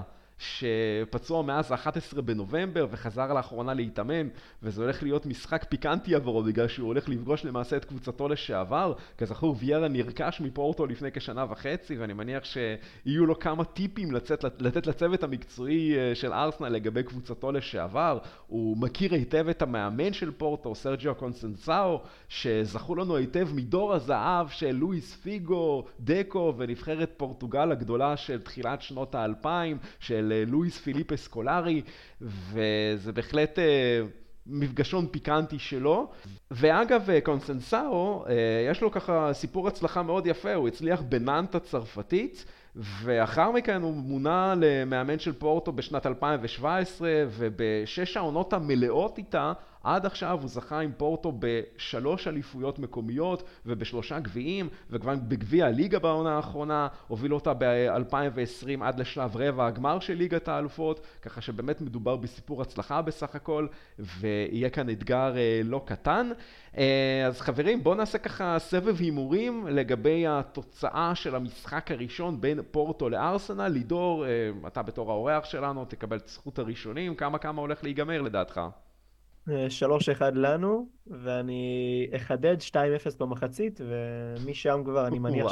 שפצוע מאז ה-11 בנובמבר וחזר לאחרונה להתאמן, וזה הולך להיות משחק פיקנטי עבורו בגלל שהוא הולך לפגוש למעשה את קבוצתו לשעבר. כזכור, ויירה נרכש מפורטו לפני כשנה וחצי, ואני מניח שיהיו לו כמה טיפים לתת לצוות המקצועי של ארסנל לגבי קבוצתו לשעבר. הוא מכיר היטב את המאמן של פורטו, סרג'יו קונסנסאו, שזכו לנו היטב מדור הזהב של לואיס פיגו, דקו ונבחרת פורטוגל הגדולה של תחילת שנות ה-2000, של לואיס פיליפה סקולרי, וזה בהחלט מפגשון פיקנטי שלו. ואגב, קונסנסאו, יש לו ככה סיפור הצלחה מאוד יפה, הוא הצליח בנאנט הצרפתית, ואחר מכן הוא מונה למאמן של פורטו בשנת 2017, ובשש העונות המלאות איתה, עד עכשיו הוא זכה עם פורטו ב3 אליפויות מקומיות וב3 גביעים, וכבר בגביע הליגה בעונה האחרונה, הוביל אותה ב-2020 עד לשלב רבע הגמר של ליגת האלופות, ככה שבאמת מדובר בסיפור הצלחה בסך הכל, ויהיה כאן אתגר לא קטן. אז חברים, בואו נעשה ככה סבב הימורים לגבי התוצאה של המשחק הראשון בין פורטו לארסנל. לידור, אתה בתור האורח שלנו תקבל את זכות הראשונים, כמה הולך להיגמר לדעתך? 3-1 לנו, ואני אחדד 2-0 במחצית, ומשם כבר אני מניח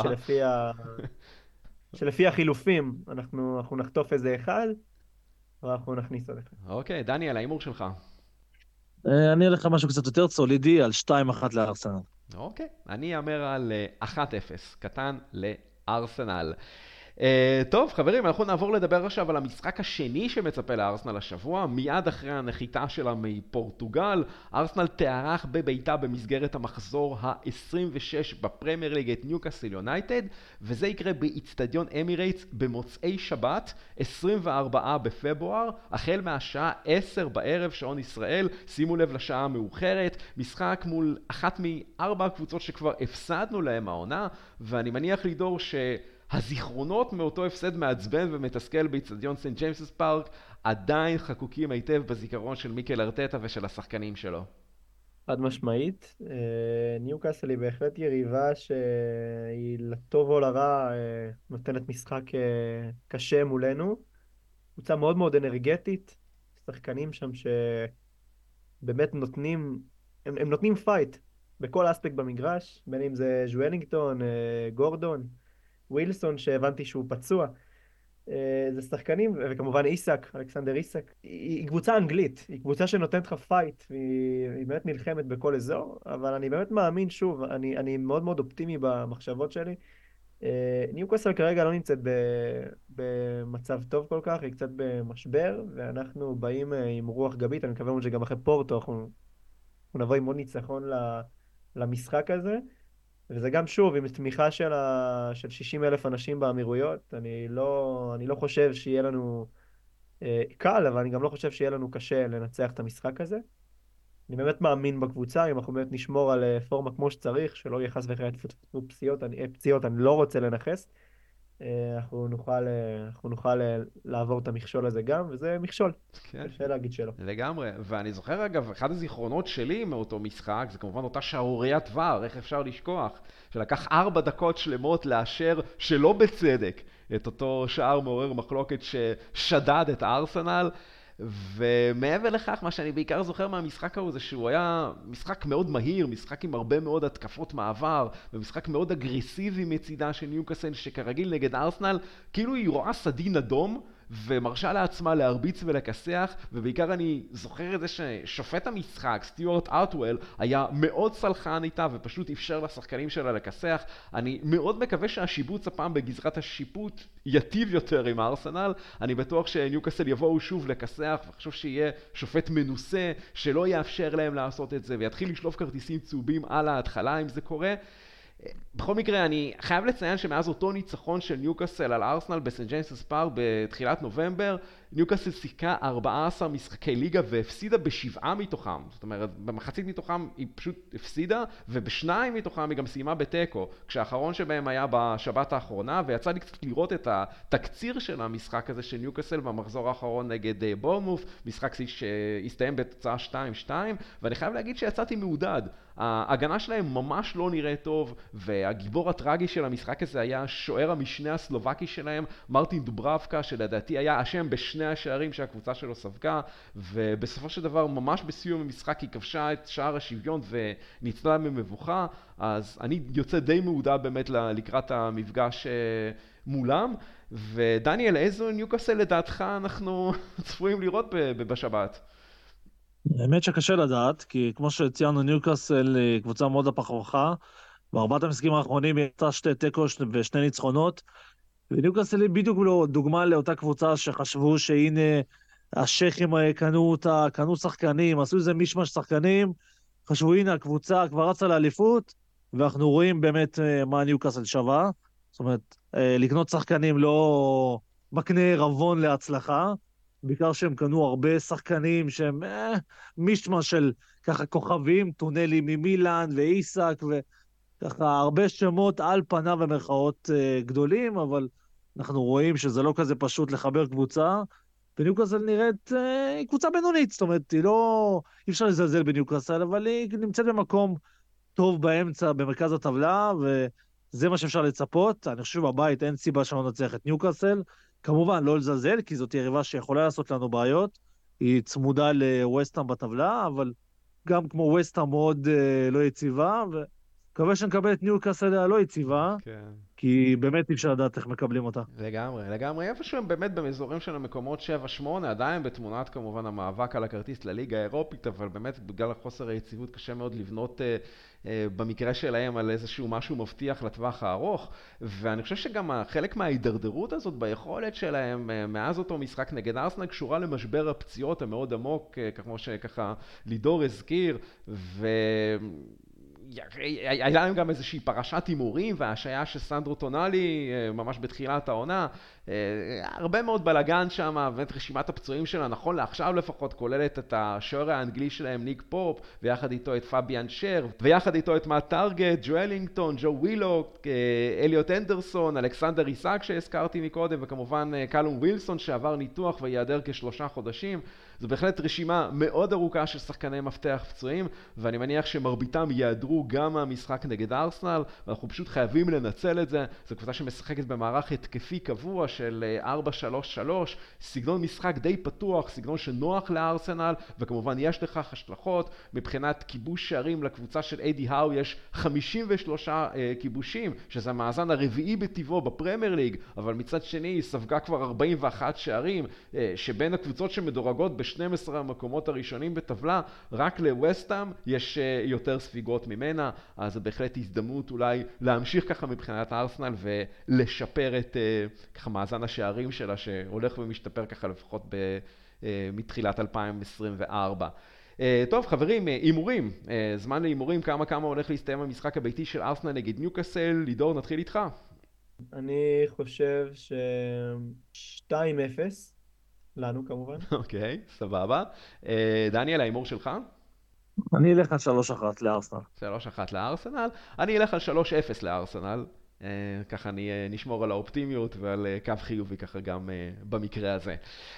שלפי החילופים אנחנו נחטוף איזה אחד, ואנחנו נכניס עוד אחד. אוקיי, דניאל, ההימור שלך. אני אלך משהו קצת יותר סולידי על 2-1 לארסנל. אוקיי, אני אאמר על 1-0, קטן לארסנל. טוב, חברים, אנחנו נעבור לדבר עכשיו על המשחק השני שמצפה לארסנל השבוע. מיד אחרי הנחיתה שלה מפורטוגל, ארסנל תארח בביתה במסגרת המחזור ה-26 בפרמייר ליג את ניוקאסל יונייטד, וזה יקרה באצטדיון אמירייטס במוצאי שבת, 24 בפברואר, החל מהשעה 10 בערב שעון ישראל. שימו לב לשעה המאוחרת, משחק מול אחת מ4 הקבוצות שכבר הפסדנו להם העונה, ואני מניח לידור הזיכרונות מאותו הפסד מעצבן ומתסכל באצטדיון סנט ג'יימסס פארק עדיין חקוקים היטב בזיכרון של מיקל ארטטה ושל השחקנים שלו. חד משמעית. ניוקאסל היא בהחלט יריבה שהיא לטוב או לרע נותנת משחק קשה מולנו. קבוצה מאוד מאוד אנרגטית, שחקנים שם שבאמת נותנים, הם נותנים פייט בכל אספקט במגרש, בין אם זה ז'ואלינגטון, גורדון, ווילסון שהבנתי שהוא פצוע. זה שחקנים, וכמובן איסק, אלכסנדר איסק. היא קבוצה אנגלית, היא קבוצה שנותנת לך פייט, והיא באמת נלחמת בכל אזור, אבל אני באמת מאמין, שוב, אני מאוד מאוד אופטימי במחשבות שלי. ניוקאסל כרגע לא נמצאת במצב טוב כל כך, היא קצת במשבר, ואנחנו באים עם רוח גבית, אני מקווה מאוד שגם אחרי פורטו אנחנו נבוא עם עוד ניצחון למשחק הזה. וזה גם שוב עם תמיכה של 60,000 אנשים באמירויות. אני לא חושב שיהיה לנו קל, אבל אני גם לא חושב שיהיה לנו קשה לנצח את המשחק הזה. אני באמת מאמין בקבוצה, אם אנחנו באמת נשמור על פורמה כמו שצריך, שלא יהיה חס וחלילה פציעות, אני לא רוצה לנחס. אנחנו נוכל לעבור את המכשול הזה גם, וזה מכשול. כן. קשה להגיד שלא. לגמרי, ואני זוכר אגב, אחד הזיכרונות שלי מאותו משחק, זה כמובן אותה שערוריית דבר, איך אפשר לשכוח, שלקח 4 דקות שלמות לאשר שלא בצדק את אותו שער מעורר מחלוקת ששדד את הארסנל, ומעבר לכך, מה שאני בעיקר זוכר מהמשחק ההוא זה שהוא היה משחק מאוד מהיר, משחק עם הרבה מאוד התקפות מעבר, ומשחק מאוד אגרסיבי מצידה של ניוקאסל, שכרגיל נגד ארסנל, כאילו היא רואה סדין אדום, ומרשה לעצמה להרביץ ולכסח, ובעיקר אני זוכר את זה ששופט המשחק, סטיוארט ארטוול, היה מאוד סלחן איתה ופשוט אפשר לשחקנים שלה לכסח. אני מאוד מקווה שהשיבוץ הפעם בגזרת השיפוט יטיב יותר עם הארסנל. אני בטוח שניוקאסל יבואו שוב לכסח, וחשוב שיהיה שופט מנוסה שלא יאפשר להם לעשות את זה, ויתחיל לשלוף כרטיסים צהובים על ההתחלה אם זה קורה. בכל מקרה, אני חייב לציין שמאז אותו ניצחון של ניוקאסל על ארסנל בסנט ג'יימס'ס פארק בתחילת נובמבר, ניוקאסל שיחקה 14 משחקי ליגה והפסידה ב7 מתוכם. זאת אומרת, במחצית מתוכם היא פשוט הפסידה, ובשניים מתוכם היא גם סיימה בטקו, כשהאחרון שבהם היה בשבת האחרונה, ויצא לי קצת לראות את התקציר של המשחק הזה של ניוקאסל במחזור האחרון נגד בורנמות', משחק שהסתיים בתוצאה 2-2, ואני חייב להגיד שיצאתי מעודד. ההגנה שלהם ממש לא נראה טוב, והגיבור הטרגי של המשחק הזה היה שוער המשנה הסלובקי שלהם, מרטין דוברבקה, שלדעתי היה אשם בשני השערים שהקבוצה שלו ספגה, ובסופו של דבר ממש בסיום המשחק היא כבשה את שער השוויון וניצלה ממבוכה. אז אני יוצא די מעודד באמת לקראת המפגש מולם. ודניאל, איזו ניוקאסל לדעתך אנחנו צפויים לראות בשבת? האמת שקשה לדעת, כי כמו שציינו, ניוקאסל היא קבוצה מאוד הפכרוכה. בארבעת המשחקים האחרונים היא יצאה 2 תיקו ושני ניצחונות, וניוקאסל היא בדיוק דוגמה לאותה קבוצה שחשבו שהנה השייכים קנו אותה, קנו שחקנים, עשו איזה מישמש שחקנים, חשבו הנה הקבוצה כבר רצה לאליפות, ואנחנו רואים באמת מה ניוקאסל שווה. זאת אומרת, לקנות שחקנים לא מקנה רבון להצלחה, בעיקר שהם קנו הרבה שחקנים שהם מישמש של ככה כוכבים, טונלי ממילאן ואיסק וככה הרבה שמות על פניו במרכאות גדולים, אבל אנחנו רואים שזה לא כזה פשוט לחבר קבוצה, וניוקאסל נראית קבוצה בינונית, זאת אומרת, היא לא, אי אפשר לזלזל בניוקאסל, אבל היא נמצאת במקום טוב באמצע, במרכז הטבלה, וזה מה שאפשר לצפות. אני חושב בבית אין סיבה שלא נצליח את ניוקאסל, כמובן לא לזלזל, כי זאת יריבה שיכולה לעשות לנו בעיות, היא צמודה לווסטהאם בטבלה, אבל גם כמו ווסטהאם מאוד לא יציבה, וכבר שנקבל את ניוקאסל הלא יציבה, כן. כי באמת אי אפשר לדעת איך מקבלים אותה. לגמרי, איפשהו הם באמת במזורים של המקומות 7-8, עדיין בתמונת כמובן המאבק על הכרטיס לליגה האירופית, אבל באמת בגלל החוסר היציבות קשה מאוד לבנות במקרה שלהם על איזשהו משהו מבטיח לטווח הארוך, ואני חושב שגם חלק מההידרדרות הזאת ביכולת שלהם מאז אותו משחק נגד ארסנל קשורה למשבר הפציעות המאוד עמוק, כמו שככה לידור הזכיר, היה להם גם איזושהי פרשת הימורים והשעיה של סנדרו טונאלי ממש בתחילת העונה, הרבה מאוד בלגן שם, באמת רשימת הפצועים שלה, נכון לעכשיו לפחות, כוללת את השוער האנגלי שלהם, ניק פופ, ויחד איתו את פאביאן שר, ויחד איתו את מאט טארגט, ג'ו אלינגטון, ג'ו ווילוק, אליוט אנדרסון, אלכסנדר איסק שהזכרתי מקודם, וכמובן קלום ווילסון שעבר ניתוח ויעדר כ3 חודשים. זו בהחלט רשימה מאוד ארוכה של שחקני מפתח פצועים, ואני מניח שמרביתם יעדרו גם מהמשחק נגד ארסנל, ואנחנו פשוט חייבים לנצל את זה. זו קבוצה שמשחקת במערך התקפי קבוע של 4-3-3, סגנון משחק די פתוח, סגנון שנוח לארסנל, וכמובן יש לכך השלכות. מבחינת כיבוש שערים לקבוצה של אדי האו יש 53 כיבושים, שזה המאזן הרביעי בטבעו בפרמייר ליג, אבל מצד שני היא ספגה כבר 41 שערים, שבין הקבוצות שמדורגות ב12 המקומות הראשונים בטבלה, רק לווסטהאם יש יותר ספיגות ממנה, אז זו בהחלט הזדמנות אולי להמשיך ככה מבחינת ארסנל ולשפר את ככה מאזן השערים שלה שהולך ומשתפר ככה לפחות מתחילת 2024. טוב חברים, אימורים, זמן לאימורים, כמה הולך להסתיים המשחק הביתי של ארסנל נגד ניוקאסל. לידור, נתחיל איתך. אני חושב 2-0 לנו כמובן. אוקיי, סבבה. דניאל, האימור שלך? אני אלך על 3-1 לארסנל. 3-1 לארסנל. אני אלך על 3-0 לארסנל. ככה אני נשמור על האופטימיות ועל קו חיובי ככה גם במקרה הזה.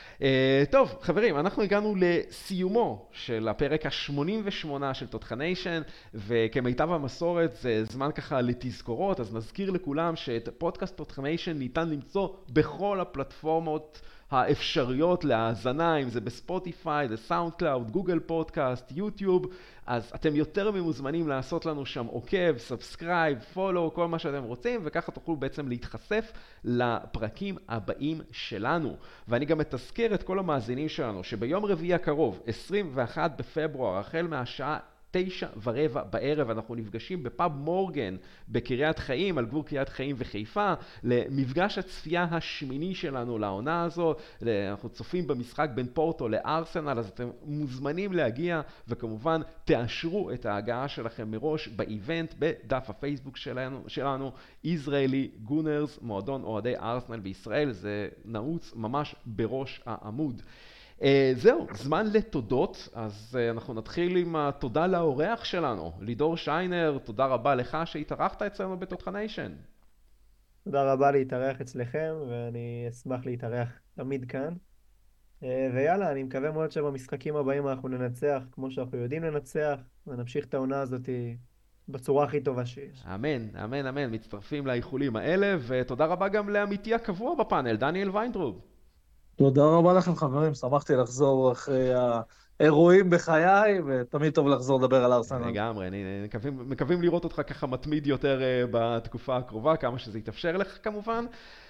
טוב, חברים, אנחנו הגענו לסיומו של הפרק ה-88 של תותחניישן, וכמיטב המסורת זה זמן ככה לתזכורות, אז נזכיר לכולם שאת פודקאסט תותחניישן ניתן למצוא בכל הפלטפורמות האפשריות להאזנה, אם זה בספוטיפיי, בסאונד קלאוד, גוגל פודקאסט, יוטיוב, אז אתם יותר ממוזמנים לעשות לנו שם עוקב, סאבסקרייב, פולו, כל מה שאתם רוצים, וככה תוכלו בעצם להתחשף לפרקים הבאים שלנו. ואני גם מתזכר את כל המאזינים שלנו, שביום רביעי הקרוב, 21 בפברואר, החל מהשעה 9:15 בערב, אנחנו נפגשים בפאב מורגן בקריית חיים, על גבול קריית חיים וחיפה, למפגש הצפייה השמיני שלנו לעונה הזו. אנחנו צופים במשחק בין פורטו לארסנל, אז אתם מוזמנים להגיע, וכמובן תאשרו את ההגעה שלכם מראש באיבנט בדף הפייסבוק שלנו, ישראלי גונרס, מועדון אוהדי ארסנל בישראל. זה נעוץ ממש בראש העמוד. זהו, זמן לתודות, אז אנחנו נתחיל עם התודה לאורח שלנו, לידור שיינר. תודה רבה לך שהתארחת אצלנו בתותחניישן. תודה רבה להתארח אצלכם, ואני אשמח להתארח תמיד כאן. ויאללה, אני מקווה מאוד שבמשחקים הבאים אנחנו ננצח כמו שאנחנו יודעים לנצח, ונמשיך את העונה הזאת בצורה הכי טובה שיש. אמן, אמן, אמן, מצטרפים לאיחולים האלה, ותודה רבה גם לעמיתי הקבוע בפאנל, דניאל ויינטרוב. תודה רבה לכם חברים, שמחתי לחזור אחרי האירועים בחיי, ותמיד טוב לחזור לדבר על ארסנל. לגמרי, מקווים לראות אותך ככה מתמיד יותר בתקופה הקרובה, כמה שזה יתאפשר לך כמובן.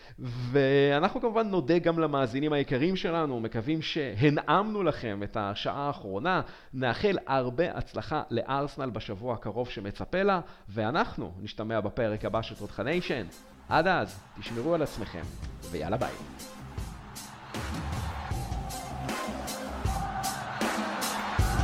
ואנחנו כמובן נודה גם למאזינים היקרים שלנו, מקווים שהנעמנו לכם את השעה האחרונה, נאחל הרבה הצלחה לארסנל בשבוע הקרוב שמצפה לה, ואנחנו נשתמע בפרק הבא של תותחניישן. עד אז, תשמרו על עצמכם, ויאללה ביי.